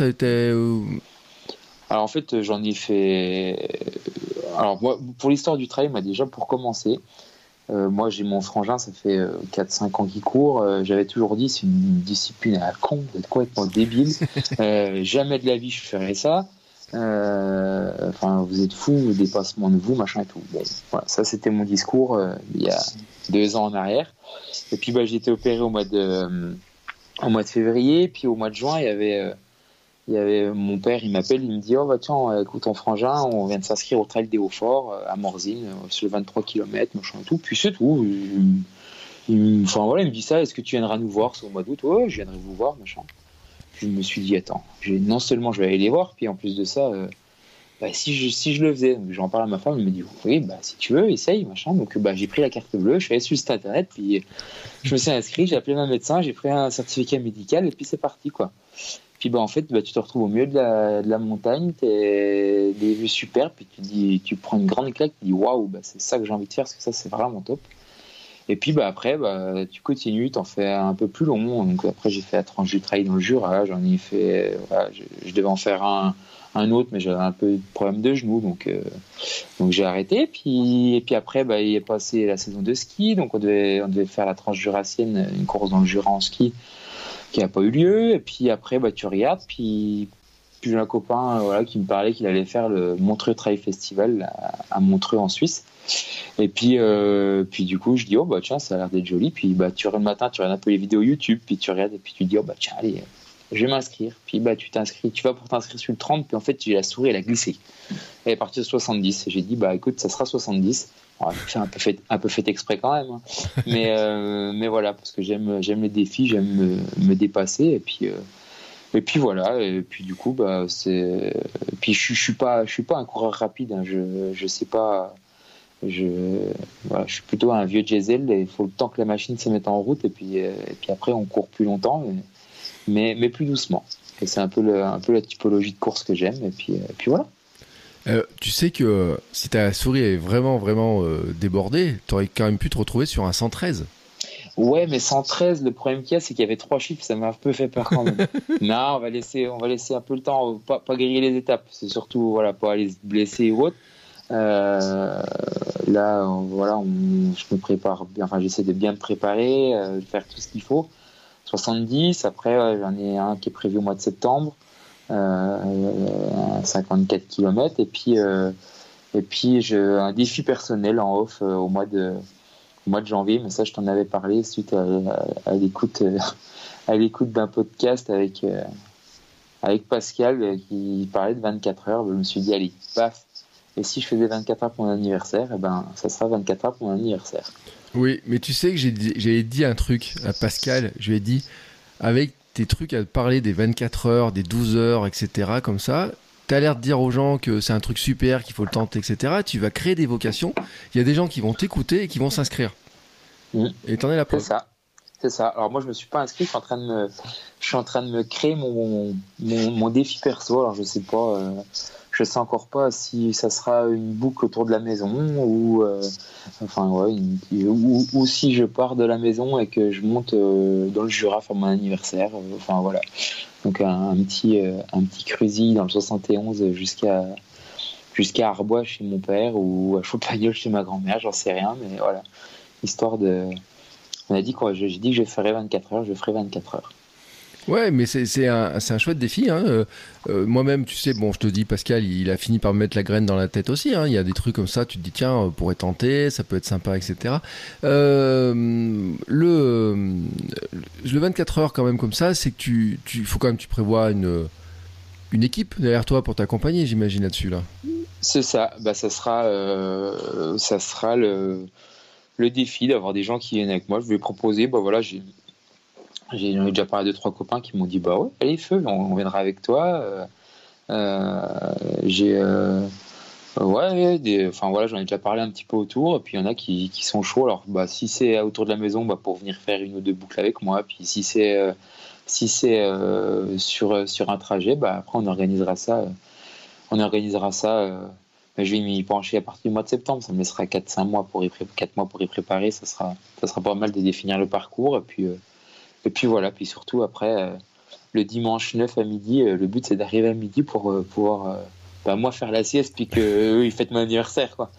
Alors en fait, j'en ai fait. Alors moi, pour l'histoire du trail, déjà pour commencer, moi j'ai mon frangin, ça fait 4-5 ans qu'il court. J'avais toujours dit c'est une discipline à la con, d'être complètement débile. Jamais de la vie je ferais ça. Vous êtes fous, le dépassement de vous, machin et tout. Bon, voilà, ça c'était mon discours il y a 2 ans en arrière. Et puis j'ai été opéré au mois de février, puis au mois de juin, il y avait mon père, il m'appelle, il me dit tiens, écoute ton frangin, on vient de s'inscrire au trail des Hauts-Forts à Morzine, sur le 23 km, machin et tout. Puis c'est tout. Il me dit ça, est-ce que tu viendras nous voir, c'est au mois d'août? Ouais, je viendrai vous voir, machin. Je me suis dit attends, non seulement je vais aller les voir, puis en plus de ça, si je le faisais, j'en parle à ma femme, elle me dit oui, si tu veux, essaye, machin. Donc j'ai pris la carte bleue, je suis allé sur le site internet, puis je me suis inscrit, j'ai appelé mon médecin, j'ai pris un certificat médical, et puis c'est parti, quoi. Puis en fait, tu te retrouves au milieu de la montagne, t'es des vues super, puis tu prends une grande claque, tu dis waouh, c'est ça que j'ai envie de faire, parce que ça c'est vraiment top. Et puis après, tu continues, t'en fais un peu plus long. Donc après, j'ai fait la tranche du trail dans le Jura, j'en ai fait, je devais en faire un autre, mais j'avais un peu de problème de genou, donc j'ai arrêté. Et puis après, il est passé la saison de ski, donc on devait faire la tranche jurassienne, une course dans le Jura en ski, qui n'a pas eu lieu. Et puis après, tu regardes, puis j'ai un copain qui me parlait qu'il allait faire le Montreux Trail Festival à Montreux en Suisse. Et puis du coup je dis tiens, ça a l'air d'être joli. Puis le matin tu regardes un peu les vidéos YouTube, puis tu regardes et puis tu dis tiens, allez, je vais m'inscrire. Puis tu t'inscris, tu vas pour t'inscrire sur le 30, puis en fait la souris elle a glissé, elle est partie de 70. Et j'ai dit écoute, ça sera 70. C'est un peu fait exprès quand même, hein. mais voilà, parce que j'aime les défis, j'aime me dépasser. Et puis voilà, et puis du coup puis je suis pas un coureur rapide, hein. Je sais pas. Je suis plutôt un vieux diesel, et il faut le temps que la machine se mette en route, et puis après on court plus longtemps, mais plus doucement. Et c'est un peu la typologie de course que j'aime. Et puis voilà. Tu sais que si ta souris est vraiment, vraiment débordée, t'aurais quand même pu te retrouver sur un 113. Ouais, mais 113, le problème qu'il y a, c'est qu'il y avait 3 chiffres, ça m'a un peu fait peur quand même. Non, on va laisser un peu le temps, pas griller les étapes. C'est surtout, voilà, pas aller se blesser ou autre. Là, voilà, je me prépare bien, enfin, j'essaie de bien me préparer, de faire tout ce qu'il faut. 70, après, j'en ai un qui est prévu au mois de septembre, 54 km, et puis j'ai un défi personnel en off au mois de janvier, mais ça je t'en avais parlé suite à l'écoute d'un podcast avec Pascal qui parlait de 24 heures. Je me suis dit allez, paf, et si je faisais 24 heures pour mon anniversaire, eh ben ça sera 24 heures pour mon anniversaire. Oui, mais tu sais que j'ai dit un truc à Pascal, je lui ai dit, avec tes trucs à parler des 24 heures, des 12 heures, etc., comme ça, t'as l'air de dire aux gens que c'est un truc super, qu'il faut le tenter, etc., tu vas créer des vocations, il y a des gens qui vont t'écouter et qui vont s'inscrire. Et t'en es la preuve. C'est ça. Alors moi je me suis pas inscrit, je suis en train de me créer mon défi perso. Alors je sais encore pas si ça sera une boucle autour de la maison ou ou si je pars de la maison et que je monte dans le Jura faire mon anniversaire. Enfin voilà. Donc un petit cruisy dans le 71 jusqu'à Arbois chez mon père ou à Chaupagnol chez ma grand-mère, j'en sais rien, mais voilà. Histoire de... On a dit quoi, j'ai dit que je ferais 24 heures, je ferai 24 heures. Ouais, mais c'est un chouette défi. Hein. Moi-même, tu sais, bon, je te dis, Pascal, il a fini par me mettre la graine dans la tête aussi. Hein. Il y a des trucs comme ça, tu te dis, tiens, on pourrait tenter, ça peut être sympa, etc. Le 24 heures, quand même, comme ça, c'est que il faut quand même que tu prévois une équipe derrière toi pour t'accompagner, j'imagine, là-dessus. Là. C'est ça. Bah, ça sera le défi d'avoir des gens qui viennent avec moi. Je vais proposer, bah voilà, j'en ai déjà parlé à 2-3 copains qui m'ont dit bah ouais, allez feu, on viendra avec toi. Enfin voilà, j'en ai déjà parlé un petit peu autour, et puis il y en a qui sont chauds. Alors bah si c'est autour de la maison, bah pour venir faire 1 ou 2 boucles avec moi, puis si c'est sur un trajet, bah après on organisera ça. Je vais m'y pencher à partir du mois de septembre. Ça me laissera 4 mois pour y préparer. Ça sera pas mal de définir le parcours. Et puis voilà. Puis surtout, après, le dimanche 9 à midi, le but, c'est d'arriver à midi pour pouvoir, moi, faire la sieste, puis qu'eux, ils fêtent mon anniversaire, quoi.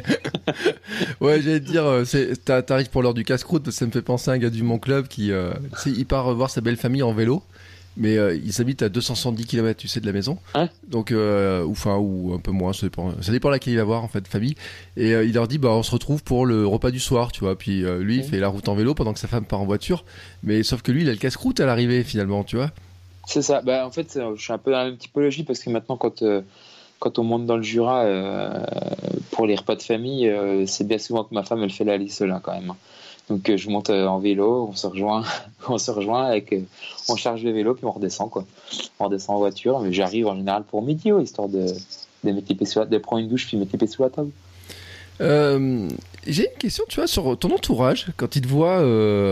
Ouais, j'allais te dire, t'arrives pour l'heure du casse-croûte. Ça me fait penser à un gars du Mon Club qui il part voir sa belle famille en vélo. Mais ils habitent à 270 km, tu sais, de la maison. Ouais. Donc, ou un peu moins, ça dépend laquelle il va voir, en fait, famille. Et il leur dit, bah, on se retrouve pour le repas du soir, tu vois. Puis lui, il fait la route en vélo pendant que sa femme part en voiture. Mais sauf que lui, il a le casse-croûte à l'arrivée, finalement, tu vois. C'est ça. Bah, en fait, je suis un peu dans la même typologie parce que maintenant, quand on monte dans le Jura pour les repas de famille, c'est bien souvent que ma femme, elle fait l'aller seule, hein, quand même. Donc je monte en vélo, on se rejoint on charge le vélo puis on redescend quoi. On redescend en voiture, mais j'arrive en général pour midi, histoire de mettre les pieds de prendre une douche puis mettre les pieds sous la table. J'ai une question, tu vois, sur ton entourage quand il te voit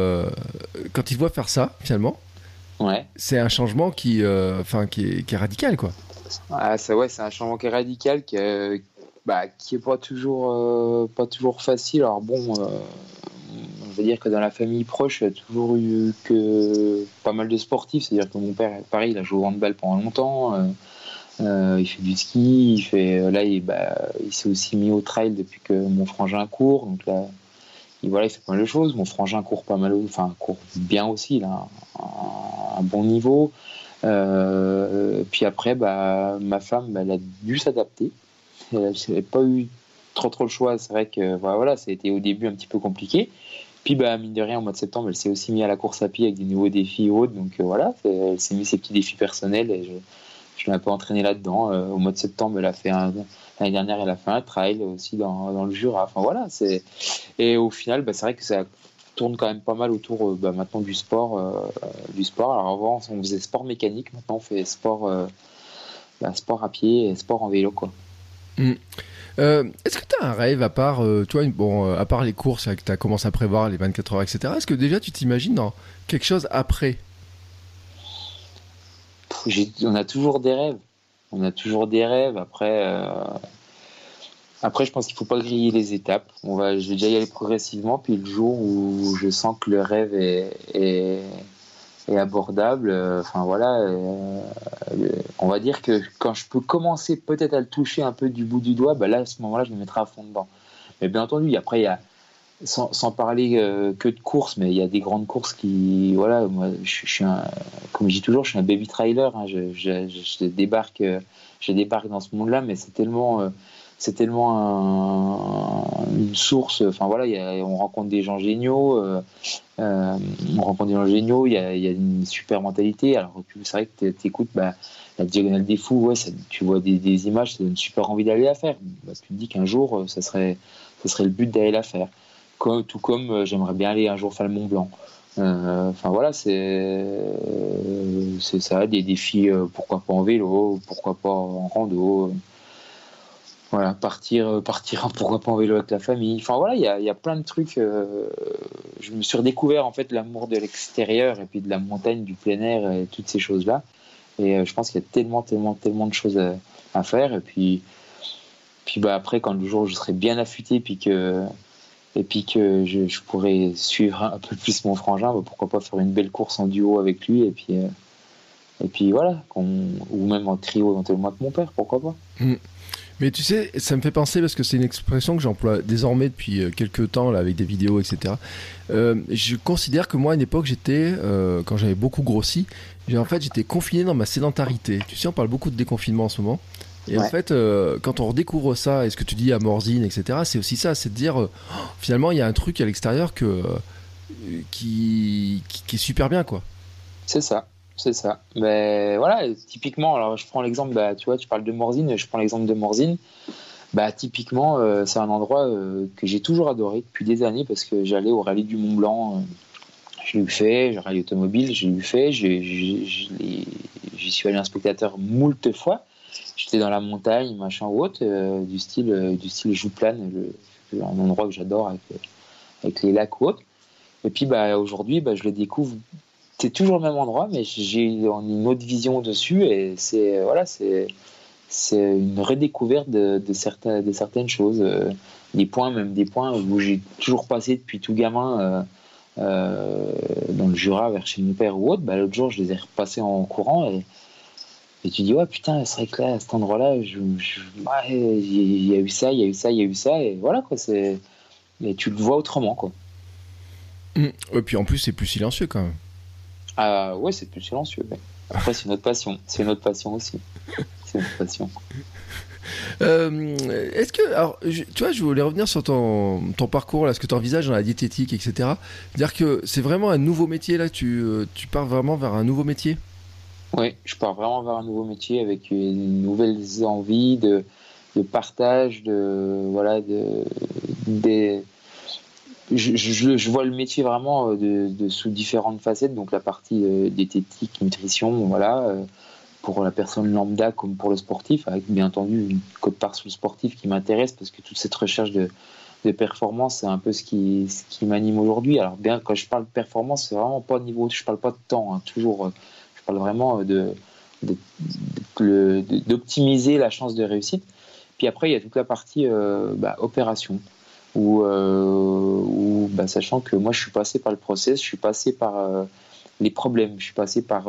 faire ça finalement. Ouais. C'est un changement qui est radical quoi. Ah c'est un changement qui est radical qui est pas toujours facile. Alors bon. On va dire que dans la famille proche, il y a toujours eu que pas mal de sportifs. C'est-à-dire que mon père, pareil, il a joué au handball pendant longtemps. Il fait du ski. Il s'est aussi mis au trail depuis que mon frangin court. Donc là, il fait pas mal de choses. Mon frangin court court bien aussi. Il a un bon niveau. Puis après, ma femme, elle a dû s'adapter. Elle n'avait pas eu trop le choix. C'est vrai que ça a été au début un petit peu compliqué. Puis mine de rien, au mois de septembre, elle s'est aussi mise à la course à pied avec des nouveaux défis et autres. Donc elle s'est mis ses petits défis personnels et je l'ai un peu entraînée là-dedans. Au mois de septembre, l'année dernière, elle a fait un trail aussi dans le Jura. Enfin voilà, et au final, c'est vrai que ça tourne quand même pas mal autour maintenant du sport. Alors avant, on faisait sport mécanique. Maintenant, on fait sport à pied et sport en vélo, quoi. Est-ce que tu as un rêve à part, à part les courses que tu as commencé à prévoir, les 24 heures, etc. Est-ce que déjà tu t'imagines dans quelque chose après ? on a toujours des rêves. On a toujours des rêves. Après, je pense qu'il faut pas griller les étapes. Je vais déjà y aller progressivement. Puis le jour où je sens que le rêve est abordable, on va dire que quand je peux commencer peut-être à le toucher un peu du bout du doigt, là, à ce moment-là, je me mettrai à fond dedans. Mais bien entendu, après, il y a, sans parler que de courses, mais il y a des grandes courses qui, voilà, moi, je suis comme je dis toujours, je suis un baby trailer. Hein, je débarque dans ce monde-là, mais c'est tellement une source. Enfin voilà, on rencontre des gens géniaux. Il y a une super mentalité. Alors c'est vrai que tu écoutes la Diagonale des Fous, ouais, tu vois des images, ça donne super envie d'aller la faire. Tu te dis qu'un jour, ça serait le but d'aller la faire. Tout comme j'aimerais bien aller un jour faire le Mont Blanc. Enfin voilà, c'est ça, des défis, pourquoi pas en vélo, pourquoi pas en rando. Voilà, partir pourquoi pas en vélo avec la famille. Enfin voilà, il y a plein de trucs. Je me suis redécouvert en fait l'amour de l'extérieur et puis de la montagne, du plein air et toutes ces choses-là. Et je pense qu'il y a tellement de choses à faire. Et puis après, quand le jour où je serai bien affûté et puis que je pourrai suivre un peu plus mon frangin, pourquoi pas faire une belle course en duo avec lui et puis voilà, ou même en trio éventuellement avec mon père, pourquoi pas. Mais tu sais, ça me fait penser, parce que c'est une expression que j'emploie désormais depuis quelques temps là, avec des vidéos, etc. Je considère que moi, à une époque, quand j'avais beaucoup grossi, j'étais confiné dans ma sédentarité. Tu sais, on parle beaucoup de déconfinement en ce moment. Et ouais. En fait, quand on redécouvre ça, et ce que tu dis à Morzine, etc., c'est aussi ça, c'est de dire, finalement, il y a un truc à l'extérieur qui est super bien, quoi. C'est ça. Mais voilà, typiquement, alors je prends l'exemple, tu vois, tu parles de Morzine, je prends l'exemple de Morzine. Typiquement, c'est un endroit que j'ai toujours adoré depuis des années parce que j'allais au rallye du Mont Blanc. Je l'ai fait, j'ai rallye automobile, je l'ai fait, j'y suis allé un spectateur moult fois. J'étais dans la montagne, machin ou autre, du style Jouplane, un endroit que j'adore avec les lacs ou autre. Et puis aujourd'hui, je le découvre. C'est toujours le même endroit, mais j'ai une autre vision dessus et c'est une redécouverte de certaines choses, des points où j'ai toujours passé depuis tout gamin dans le Jura vers chez mon père ou autre. L'autre jour, je les ai repassés en courant et tu dis ouais putain, c'est vrai que là à cet endroit-là, il y a eu ça et voilà quoi. Mais tu le vois autrement quoi. Et puis en plus, c'est plus silencieux quand même. Ah ouais, c'est plus silencieux. Mais après, c'est notre passion. C'est notre passion aussi. C'est notre passion. Est-ce que, alors, tu vois, je voulais revenir sur ton parcours, là, ce que tu envisages dans la diététique, etc. Dire que c'est vraiment un nouveau métier, là, tu pars vraiment vers un nouveau métier? Oui, je pars vraiment vers un nouveau métier avec une nouvelle envie de partage, je vois le métier vraiment sous différentes facettes, donc la partie diététique, nutrition, voilà, pour la personne lambda comme pour le sportif, avec bien entendu une cote-part sur le sportif qui m'intéresse parce que toute cette recherche de performance, c'est un peu ce qui m'anime aujourd'hui. Alors bien, quand je parle de performance, c'est vraiment pas niveau, je parle pas de temps, hein, toujours, je parle vraiment d'optimiser la chance de réussite. Puis après, il y a toute la partie opération. Sachant que moi je suis passé par le process, je suis passé par les problèmes, je suis passé par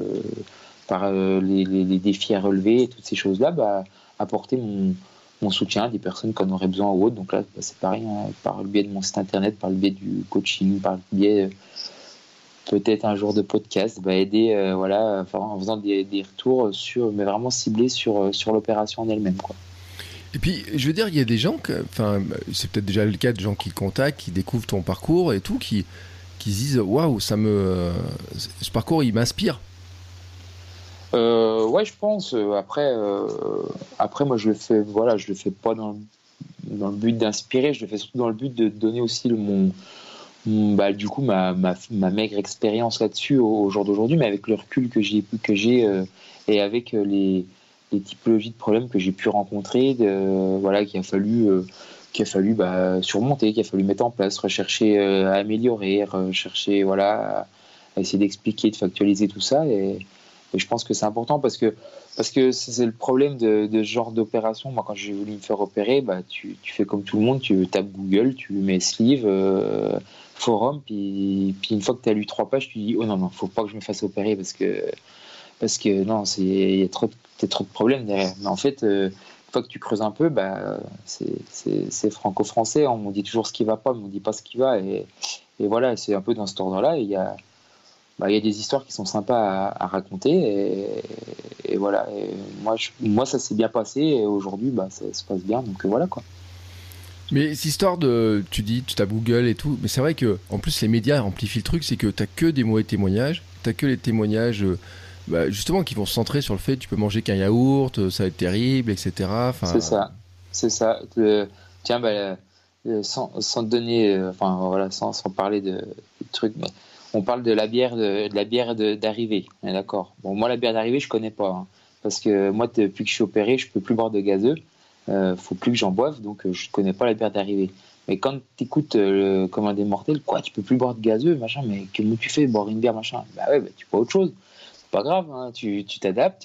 les défis à relever et toutes ces choses-là, apporter mon soutien à des personnes qui en auraient besoin ou autre. Donc là, c'est pareil, hein, par le biais de mon site internet, par le biais du coaching, par le biais peut-être un jour de podcast, aider en faisant des retours mais vraiment ciblés sur l'opération en elle-même, quoi. Et puis, je veux dire, il y a des gens, c'est peut-être déjà le cas de gens qui te contactent, qui découvrent ton parcours et tout, qui se disent waouh, ce parcours, il m'inspire. Ouais, je pense. Après, moi, je le fais pas dans le but d'inspirer, je le fais surtout dans le but de donner aussi ma maigre expérience là-dessus au jour d'aujourd'hui, mais avec le recul que j'ai et avec les typologies de problèmes que j'ai pu rencontrer, qu'il a fallu surmonter, qu'il a fallu mettre en place, rechercher à améliorer, rechercher à essayer d'expliquer, de factualiser tout ça et Et je pense que c'est important parce que c'est le problème de ce genre d'opération. Moi, quand j'ai voulu me faire opérer, tu fais comme tout le monde, tu tapes Google, tu mets sleeve, forum, puis une fois que tu as lu 3 pages, tu dis oh non, faut pas que je me fasse opérer parce que non, il y a trop de problèmes derrière. Mais en fait, une fois que tu creuses un peu, c'est franco-français. On dit toujours ce qui va pas, mais on dit pas ce qui va. Et voilà, c'est un peu dans cet ordre-là. Il y a des histoires qui sont sympas à raconter. Et voilà. Et moi, ça s'est bien passé. Et aujourd'hui, ça se passe bien. Donc voilà, quoi. Mais cette histoire tu dis, tu tapes Google et tout, mais c'est vrai que en plus les médias amplifient le truc, c'est que t'as que des mauvais témoignages, t'as que les témoignages justement qui vont se centrer sur le fait que tu peux manger qu'un yaourt, ça va être terrible, etc. Enfin, c'est ça. Tiens, sans te donner, sans parler de trucs, mais on parle de la bière d'arrivée, d'accord. Bon, moi la bière d'arrivée je connais pas, hein, parce que moi depuis que je suis opéré, je peux plus boire de gazeux. Faut plus que j'en boive, donc je connais pas la bière d'arrivée. Mais quand tu écoutes Commun des Mortels, quoi, tu peux plus boire de gazeux, machin, mais comment tu fais boire une bière, machin? Tu bois autre chose. C'est pas grave, hein, tu t'adaptes,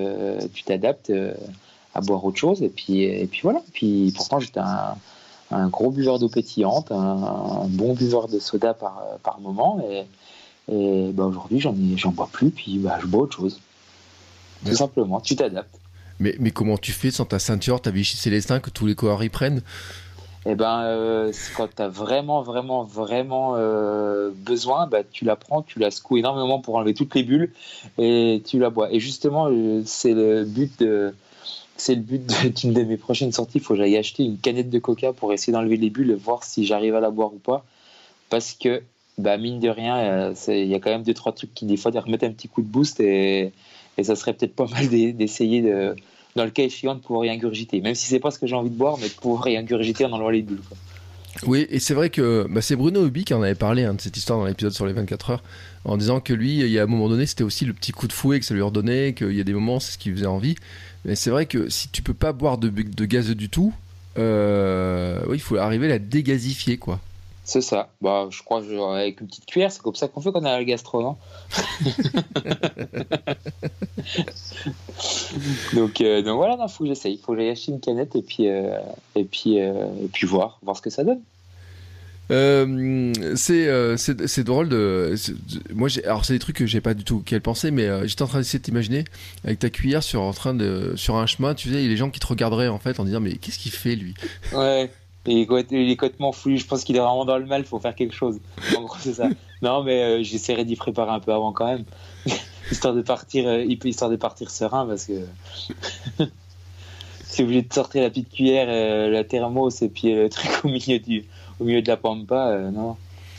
à boire autre chose, et puis voilà. Puis pourtant j'étais un gros buveur d'eau pétillante, un bon buveur de soda par moment, et aujourd'hui j'en bois plus, puis je bois autre chose. Tout simplement, tu t'adaptes. Mais comment tu fais sans ta ceinture, ta Vichy Célestin que tous les coureurs y prennent? C'est quand tu as vraiment besoin, tu la prends, tu la secoues énormément pour enlever toutes les bulles et tu la bois. Et justement, c'est le but d'une de mes prochaines sorties. Il faut que j'aille acheter une canette de coca pour essayer d'enlever les bulles et voir si j'arrive à la boire ou pas. Parce que, mine de rien, il y a quand même 2-3 trucs qui, des fois, remettent un petit coup de boost et ça serait peut-être pas mal d'essayer dans le cas échéant de pouvoir y ingurgiter, même si c'est pas ce que j'ai envie de boire, mais de pouvoir y ingurgiter en enlevant les bulles, quoi. Oui, et c'est vrai que c'est Bruno Hubi qui en avait parlé de cette histoire dans l'épisode sur les 24 heures, en disant que lui, il y a un moment donné, c'était aussi le petit coup de fouet que ça lui redonnait, qu'il y a des moments, c'est ce qui faisait envie. Mais c'est vrai que si tu peux pas boire de gazeux du tout, il faut arriver à la dégazifier, quoi. C'est ça. Je crois que avec une petite cuillère, c'est comme ça qu'on fait quand on a le gastro, non? donc voilà, faut que j'essaye. Faut que j'aille acheter une canette et puis voir ce que ça donne. C'est drôle moi alors c'est des trucs que j'ai pas du tout quelle pensée, mais j'étais en train d'essayer de t'imaginer avec ta cuillère sur un chemin, tu sais, les gens qui te regarderaient en fait en disant mais qu'est-ce qu'il fait lui? Ouais. Il est complètement fou. Je pense qu'il est vraiment dans le mal. Faut faire quelque chose. En gros, c'est ça. Non, mais j'essaierai d'y préparer un peu avant quand même, histoire de partir serein, parce que c'est obligé de sortir la petite cuillère, la thermos et puis le truc au milieu de la pampa. Non.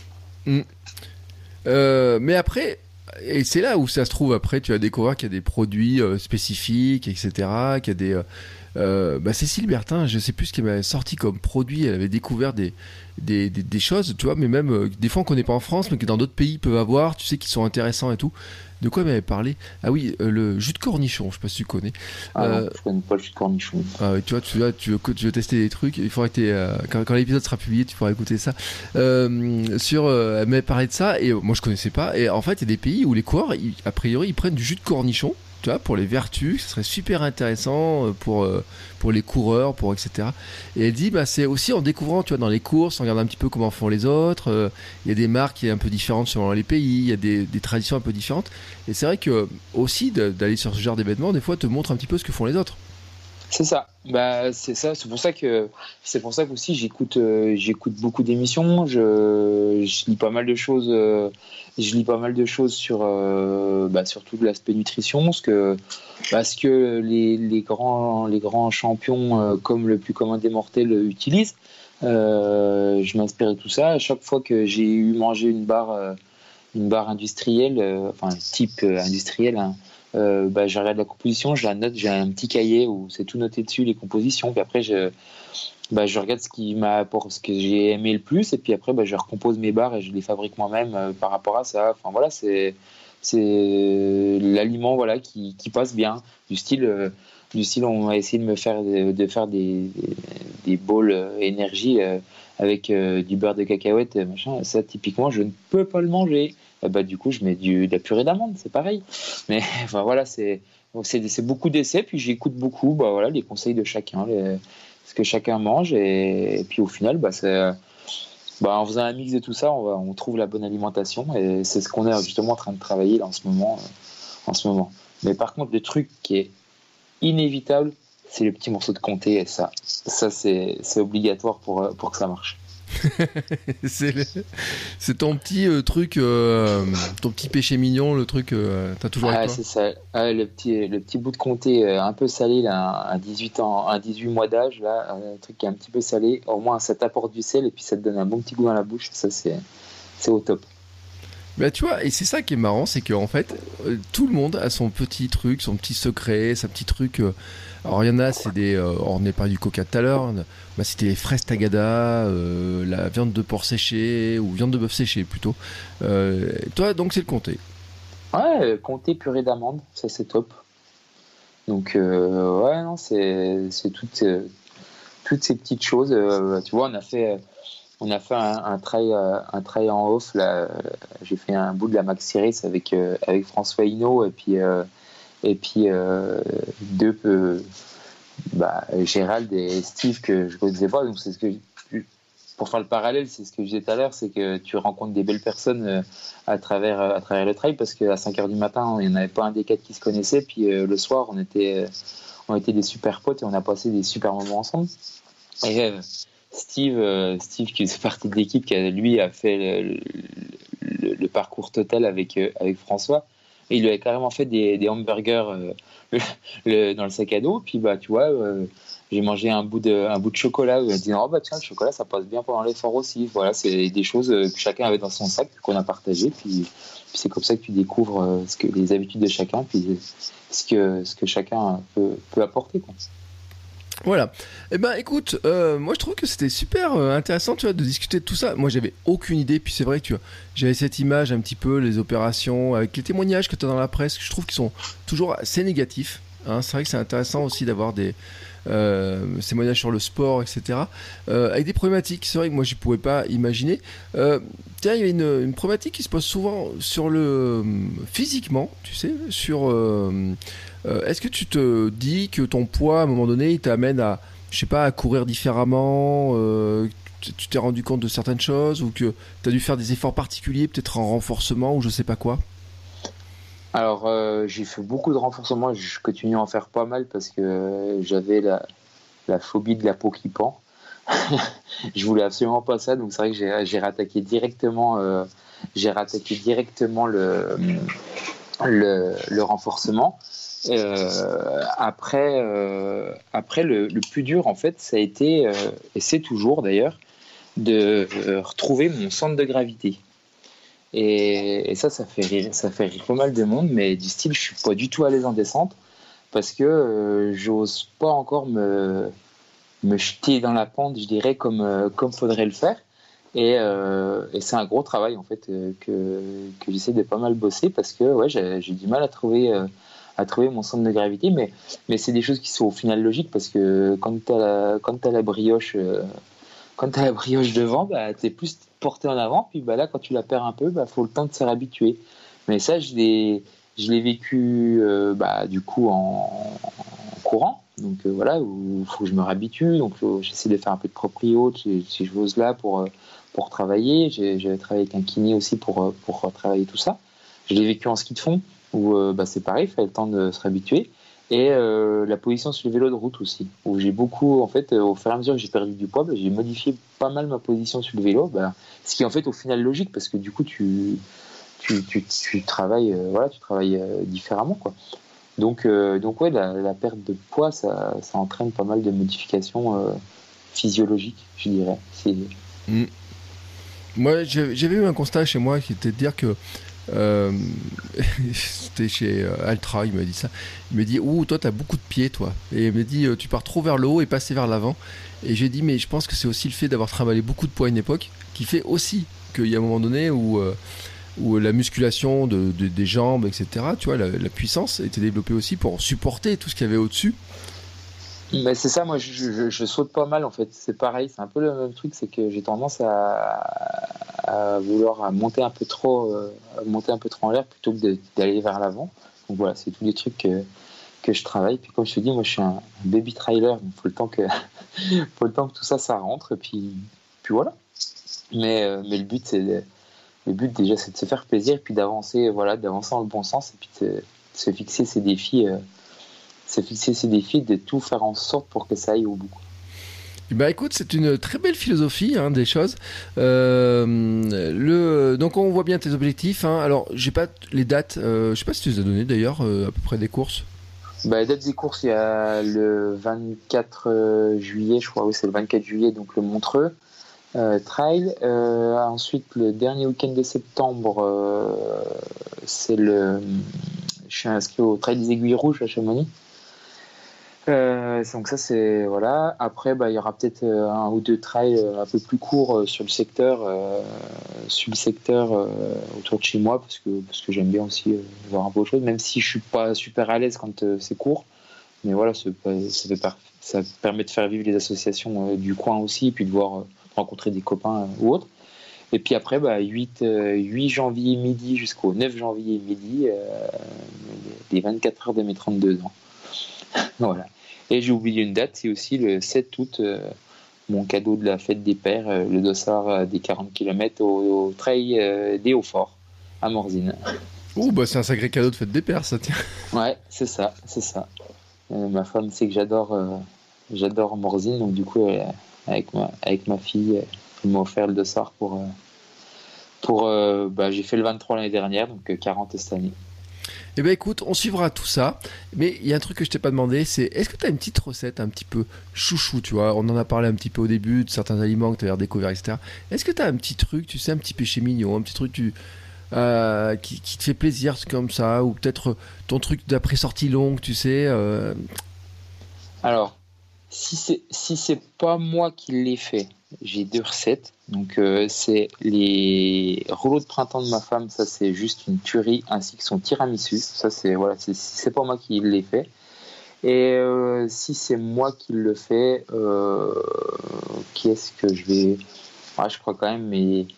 Mais après, et c'est là où ça se trouve, après tu vas découvrir qu'il y a des produits spécifiques, etc., qu'il y a des Cécile Bertin, je sais plus ce qu'elle m'avait sorti comme produit, elle avait découvert des choses, tu vois, mais même des fois on connaît pas en France, mais que dans d'autres pays peuvent avoir, tu sais, qui sont intéressants et tout. De quoi elle m'avait parlé? Ah oui, le jus de cornichon, je sais pas si tu connais. Non, je connais pas le jus de cornichon. Tu vois, tu veux tester des trucs, il faudrait que quand l'épisode sera publié, tu pourras écouter ça. Elle m'avait parlé de ça, et moi je connaissais pas, et en fait il y a des pays où les coureurs, a priori, ils prennent du jus de cornichon, tu vois, pour les vertus, ce serait super intéressant pour les coureurs, etc. Et elle dit, c'est aussi en découvrant, tu vois, dans les courses, en regardant un petit peu comment font les autres, il y a des marques qui sont un peu différentes selon les pays, il y a des traditions un peu différentes, et c'est vrai que aussi d'aller sur ce genre d'événements, des fois, te montre un petit peu ce que font les autres. C'est ça. C'est ça. C'est pour ça que aussi j'écoute beaucoup d'émissions. Je lis pas mal de choses. Je lis pas mal de choses sur surtout de l'aspect nutrition, parce que les grands champions comme le plus commun des mortels utilisent. Je m'inspire de tout ça. À chaque fois que j'ai eu mangé une barre industrielle, type industriel, hein, je regarde la composition, je la note, j'ai un petit cahier où c'est tout noté dessus, les compositions, puis après je regarde ce que j'ai aimé le plus, et puis après je recompose mes barres et je les fabrique moi-même par rapport à ça. Enfin voilà, c'est l'aliment, voilà, qui passe bien, du style on va essayer de me faire des bowls énergie avec du beurre de cacahuète, machin. Ça typiquement je ne peux pas le manger. bah, du coup, je mets de la purée d'amande, c'est pareil. Mais enfin, voilà, c'est beaucoup d'essais, puis j'écoute beaucoup voilà, les conseils de chacun, ce que chacun mange, et puis au final, en faisant un mix de tout ça, on trouve la bonne alimentation, et c'est ce qu'on est justement en train de travailler là, en ce moment. Mais par contre, le truc qui est inévitable, c'est le petit morceau de comté, et ça c'est obligatoire pour que ça marche. C'est ton petit truc, ton petit péché mignon, le truc, t'as toujours avec toi. C'est ça. Le petit bout de comté un peu salé, là, à 18 mois d'âge, là, un truc qui est un petit peu salé. Au moins, ça t'apporte du sel et puis ça te donne un bon petit goût dans la bouche. Ça, c'est au top. Bah tu vois, et c'est ça qui est marrant, c'est qu'en fait, tout le monde a son petit truc, son petit secret, sa petit truc. Alors il y en a, c'est des, on n'est pas du coca tout à l'heure, c'était les fraises tagada, la viande de porc séchée, ou viande de bœuf séchée plutôt. Toi, donc c'est le comté. Ouais, comté purée d'amande, ça c'est top. Donc ouais, non, c'est toutes ces petites choses. Tu vois, on a fait un trail en off là. J'ai fait un bout de la Maxi Race avec François Hinault et puis Gérald et Steve que je ne connaissais pas. Donc pour faire le parallèle, c'est ce que je disais tout à l'heure, c'est que tu rencontres des belles personnes à travers le trail, parce qu'à 5h du matin, il n'y en avait pas un des quatre qui se connaissait. Puis le soir, on était des super potes et on a passé des super moments ensemble. Et Steve, qui fait partie de l'équipe, qui lui a fait le parcours total avec François, et il lui a carrément fait des hamburgers dans le sac à dos. Puis tu vois, j'ai mangé un bout de chocolat, en disant tiens, le chocolat ça passe bien pendant l'effort aussi. Voilà, c'est des choses que chacun avait dans son sac, qu'on a partagé, puis c'est comme ça que tu découvres les habitudes de chacun, puis ce que chacun peut apporter, quoi. Voilà. Eh ben, écoute, moi je trouve que c'était super intéressant, tu vois, de discuter de tout ça. Moi, j'avais aucune idée. Puis c'est vrai que j'avais cette image un petit peu, les opérations, avec les témoignages que tu as dans la presse, que je trouve qu'ils sont toujours assez négatifs. Hein. C'est vrai que c'est intéressant aussi d'avoir des témoignages sur le sport, etc. Avec des problématiques. C'est vrai que moi, je ne pouvais pas imaginer. Tiens, il y a une problématique qui se pose souvent sur physiquement, tu sais, sur. Est-ce que tu te dis que ton poids, à un moment donné, il t'amène à, je sais pas, à courir différemment, tu t'es rendu compte de certaines choses, ou que tu as dû faire des efforts particuliers, peut-être en renforcement, ou je sais pas quoi? Alors, j'ai fait beaucoup de renforcement, je continue à en faire pas mal parce que j'avais la phobie de la peau qui pend. Je voulais absolument pas ça, donc c'est vrai que j'ai rattaqué directement le renforcement. Après, le plus dur, en fait, ça a été, et c'est toujours d'ailleurs, de retrouver mon centre de gravité. Et ça fait rire pas mal de monde, mais du style, je suis pas du tout à l'aise en descente, parce que j'ose pas encore me jeter dans la pente, je dirais, comme faudrait le faire. Et c'est un gros travail, en fait, que j'essaie de pas mal bosser, parce que ouais, j'ai du mal à trouver mon centre de gravité, mais c'est des choses qui sont au final logiques, parce que quand t'as la brioche devant, t'es plus porté en avant, puis là quand tu la perds un peu, faut le temps de se réhabituer. Mais ça, je l'ai vécu du coup en courant, donc voilà, où il faut que je me réhabitue, donc j'essaie de faire un peu de proprio si j'ose là pour travailler. J'avais travaillé avec un kiné aussi pour travailler tout ça. Je l'ai vécu en ski de fond, où c'est pareil, il fallait le temps de se réhabituer. Et la position sur le vélo de route aussi, où j'ai beaucoup, en fait, au fur et à mesure que j'ai perdu du poids, j'ai modifié pas mal ma position sur le vélo, ce qui est en fait au final logique, parce que du coup tu travailles, différemment, quoi. Donc ouais, la perte de poids, ça entraîne pas mal de modifications physiologiques, je dirais. Moi, j'avais eu un constat chez moi qui était de dire que c'était chez Altra, il m'a dit ça. Il me dit, ouh, toi t'as beaucoup de pieds, toi. Et il me dit, tu pars trop vers le haut et passer vers l'avant. Et j'ai dit, mais je pense que c'est aussi le fait d'avoir travaillé beaucoup de poids à une époque qui fait aussi qu'il y a un moment donné où la musculation des jambes, etc., tu vois, la puissance était développée aussi pour supporter tout ce qu'il y avait au-dessus. Mais c'est ça, moi je saute pas mal, en fait. C'est pareil, c'est un peu le même truc, c'est que j'ai tendance à à vouloir monter un peu trop en l'air plutôt que d'aller vers l'avant. Donc voilà, c'est tous les trucs que je travaille. Puis comme je te dis, moi je suis un baby trailer, donc faut le temps que tout ça rentre. Et puis voilà. Mais le but déjà, c'est de se faire plaisir, puis d'avancer dans le bon sens, et puis de se fixer ses défis, de tout faire en sorte pour que ça aille au bout. Bah écoute, c'est une très belle philosophie des choses. Donc on voit bien tes objectifs. Alors j'ai pas les dates. Je sais pas si tu les as données d'ailleurs à peu près des courses. Bah, la date des courses, il y a le 24 juillet, je crois. Oui, c'est le 24 juillet, donc le Montreux Trail. Ensuite, le dernier week-end de septembre, je suis inscrit au Trail des Aiguilles Rouges à Chamonix. Donc ça c'est voilà. Après il y aura peut-être un ou deux trails un peu plus courts sur le secteur autour de chez moi parce que j'aime bien aussi voir un peu autre chose, même si je suis pas super à l'aise quand c'est court. Mais voilà, ça permet de faire vivre les associations du coin aussi, et puis de rencontrer des copains ou autres. Et puis après 8 janvier midi jusqu'au 9 janvier midi, des 24 heures de mes 32 ans. Voilà. Et j'ai oublié une date, c'est aussi le 7 août, mon cadeau de la fête des pères, le dossard des 40 km au trail des Hauts-Forts, à Morzine. Oh, bah c'est un sacré cadeau de fête des pères, ça, tiens. Ouais, c'est ça. Ma femme sait que j'adore Morzine, donc du coup, avec ma fille, elle m'a offert le dossard j'ai fait le 23 l'année dernière, donc 40 cette année. Eh ben écoute, on suivra tout ça. Mais il y a un truc que je t'ai pas demandé, c'est est-ce que tu as une petite recette un petit peu chouchou, tu vois? On en a parlé un petit peu au début de certains aliments que tu as redécouverts, etc. Est-ce que tu as un petit truc, tu sais, un petit péché mignon, un petit truc qui te fait plaisir comme ça, ou peut-être ton truc d'après-sortie longue, tu sais Alors, si c'est pas moi qui l'ai fait, j'ai deux recettes. Donc c'est les rouleaux de printemps de ma femme, ça c'est juste une tuerie, ainsi que son tiramisu. Ça c'est pas moi qui l'ai fait. Et si c'est moi qui le fais, qui est-ce que je vais... Ouais, je crois quand même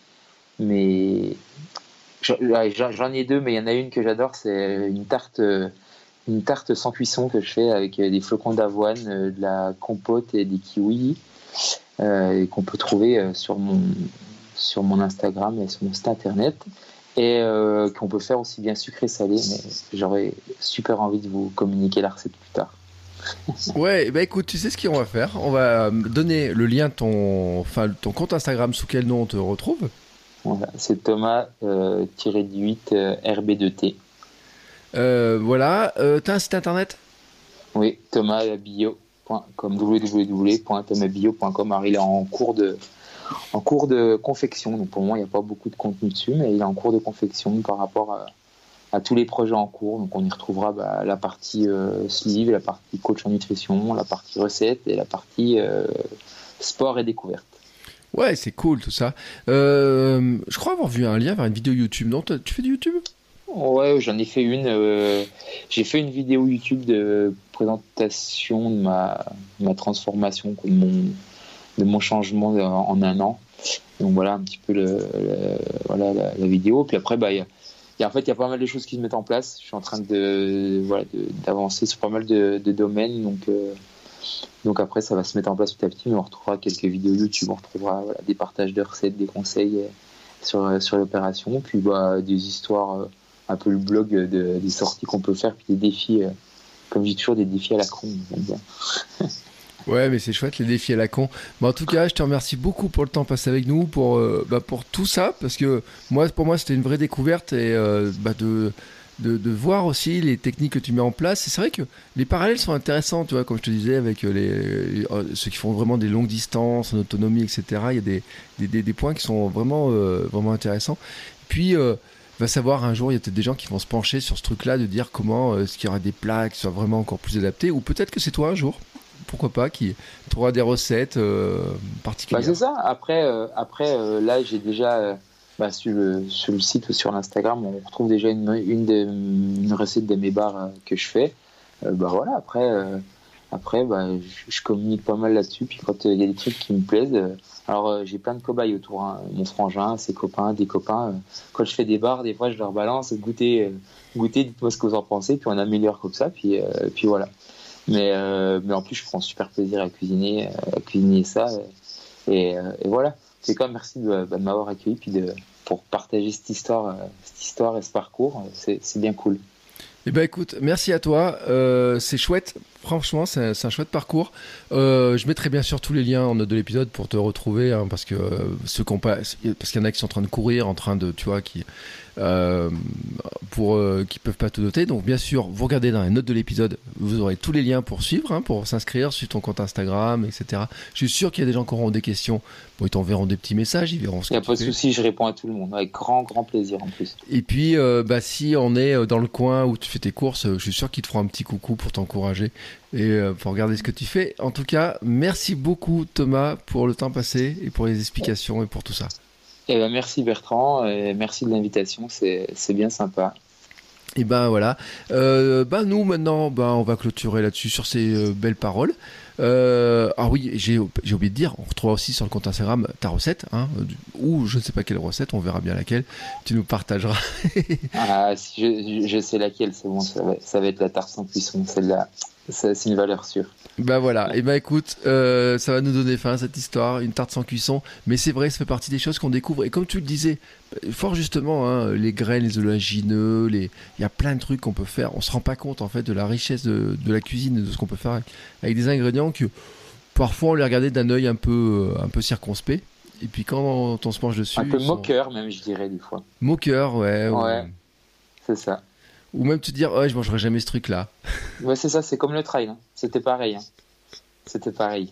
j'en ai deux, mais il y en a une que j'adore, c'est une tarte sans cuisson que je fais avec des flocons d'avoine, de la compote et des kiwis, et qu'on peut trouver sur mon Instagram et sur mon site internet, et qu'on peut faire aussi bien sucré-salé, mais j'aurais super envie de vous communiquer la recette plus tard. Ouais, bah écoute, tu sais ce qu'on va faire? On va donner le lien de ton compte Instagram, sous quel nom on te retrouve? Voilà, c'est Thomas-18 RB2T. Voilà, t'as un site internet? Oui, thomasbio.com, www.thomasbio.com. Alors, il est en cours de confection, donc pour moi il n'y a pas beaucoup de contenu dessus, mais il est en cours de confection par rapport à tous les projets en cours. Donc on y retrouvera la partie sleeve, la partie coach en nutrition, la partie recette et la partie sport et découverte. Ouais, c'est cool tout ça. Je crois avoir vu un lien vers une vidéo YouTube. Non, tu fais du YouTube? Ouais, j'en ai fait une. J'ai fait une vidéo YouTube de présentation de ma transformation, de mon changement en un an. Donc voilà un petit peu la vidéo. Puis après, il y a pas mal de choses qui se mettent en place. Je suis en train d'avancer sur pas mal de domaines. Donc après, ça va se mettre en place petit à petit. Mais on retrouvera quelques vidéos YouTube. On retrouvera des partages de recettes, des conseils sur l'opération. Puis des histoires, un peu le blog des sorties qu'on peut faire. Puis des défis, comme je dis toujours, des défis à la con. J'aime bien. Ouais, mais c'est chouette les défis à la con. Mais en tout cas, je te remercie beaucoup pour le temps passé avec nous, pour tout ça, parce que pour moi, c'était une vraie découverte et de voir aussi les techniques que tu mets en place. Et c'est vrai que les parallèles sont intéressants, tu vois, comme je te disais, avec ceux qui font vraiment des longues distances, en autonomie, etc. Il y a des points qui sont vraiment, vraiment intéressants. Puis, va savoir, un jour, il y a peut-être des gens qui vont se pencher sur ce truc-là, de dire comment est-ce qu'il y aura des plats qui soient vraiment encore plus adaptés, ou peut-être que c'est toi un jour. Pourquoi pas, qui trouvera des recettes particulières. C'est ça. Après, là, j'ai déjà sur le site ou sur l'Instagram, on retrouve déjà une recette de mes bars que je fais. Voilà. Après, Après, je communique pas mal là-dessus. Puis quand il y a des trucs qui me plaisent, alors j'ai plein de cobayes autour. Hein. Mon frangin, ses copains, des copains. Quand je fais des bars, des fois, je leur balance, goûtez, dites-moi ce que vous en pensez, puis on améliore comme ça. Puis voilà. Mais en plus, je prends super plaisir à cuisiner ça. Et voilà. C'est quand même merci de m'avoir accueilli, puis pour partager cette histoire et ce parcours. C'est bien cool. Eh ben écoute, merci à toi, c'est chouette, franchement c'est un chouette parcours. Je mettrai bien sûr tous les liens en note de l'épisode pour te retrouver, hein, parce que parce qu'il y en a qui sont en train de courir, en train de, tu vois, qui peuvent pas te noter. Donc bien sûr, vous regardez dans les notes de l'épisode, vous aurez tous les liens pour suivre, hein, pour s'inscrire sur ton compte Instagram, etc. Je suis sûr qu'il y a des gens qui auront des questions. Bon, ils t'enverront des petits messages, ils verront ce que tu fais. Il n'y a pas de souci, je réponds à tout le monde avec grand plaisir en plus. Et puis si on est dans le coin où tu fais tes courses, je suis sûr qu'ils te feront un petit coucou pour t'encourager et pour regarder ce que tu fais. En tout cas, merci beaucoup Thomas pour le temps passé et pour les explications et pour tout ça. Eh ben, merci Bertrand, et merci de l'invitation, c'est bien sympa. Et ben voilà, nous maintenant, on va clôturer là-dessus sur ces belles paroles. Ah oui, j'ai oublié de dire, on retrouve aussi sur le compte Instagram ta recette, hein, ou je ne sais pas quelle recette, on verra bien laquelle, tu nous partageras. Si je sais laquelle, c'est bon, ça va être la tarte sans cuisson, celle-là, c'est une valeur sûre. Ben voilà, et écoute, ça va nous donner fin à cette histoire, une tarte sans cuisson, mais c'est vrai, ça fait partie des choses qu'on découvre, et comme tu le disais, fort justement, hein, les graines, les oléagineux, il y a plein de trucs qu'on peut faire, on se rend pas compte en fait de la richesse de la cuisine, de ce qu'on peut faire avec des ingrédients que parfois on les regardait d'un œil un peu circonspect, et puis quand on se penche dessus... Un peu moqueur même, je dirais, des fois. Moqueur, ouais. C'est ça. Ou même te dire, ouais, je mangerai jamais ce truc-là. Ouais, c'est ça, c'est comme le trail. Hein. C'était pareil. Hein. C'était pareil.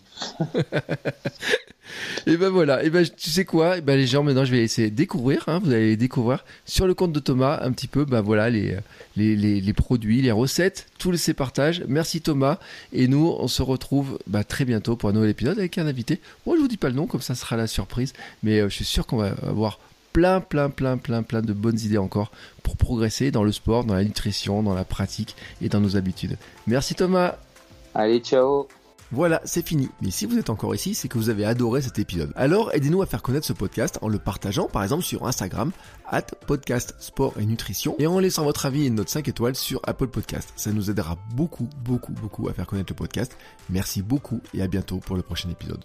Et ben voilà, et ben tu sais quoi, les gens maintenant je vais essayer de découvrir, hein, vous allez découvrir sur le compte de Thomas un petit peu, voilà les produits, les recettes, tous ces partages. Merci Thomas, et nous on se retrouve très bientôt pour un nouvel épisode avec un invité. Moi je vous dis pas le nom, comme ça sera la surprise, mais je suis sûr qu'on va avoir plein de bonnes idées encore pour progresser dans le sport, dans la nutrition, dans la pratique et dans nos habitudes. Merci Thomas. Allez, ciao. Voilà, c'est fini. Mais si vous êtes encore ici, c'est que vous avez adoré cet épisode. Alors, aidez-nous à faire connaître ce podcast en le partageant, par exemple, sur Instagram, @podcast sport et nutrition, et en laissant votre avis et une note 5 étoiles sur Apple Podcast. Ça nous aidera beaucoup à faire connaître le podcast. Merci beaucoup et à bientôt pour le prochain épisode.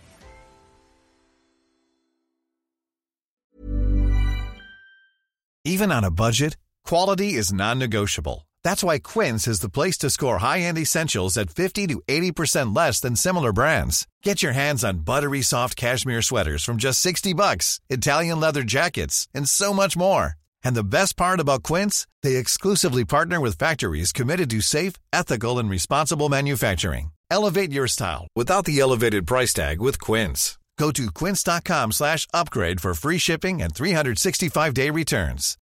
Even on a budget, quality is non-negotiable. That's why Quince is the place to score high-end essentials at 50 to 80% less than similar brands. Get your hands on buttery soft cashmere sweaters from just $60, Italian leather jackets, and so much more. And the best part about Quince, they exclusively partner with factories committed to safe, ethical, and responsible manufacturing. Elevate your style without the elevated price tag with Quince. Go to quince.com/upgrade for free shipping and 365-day returns.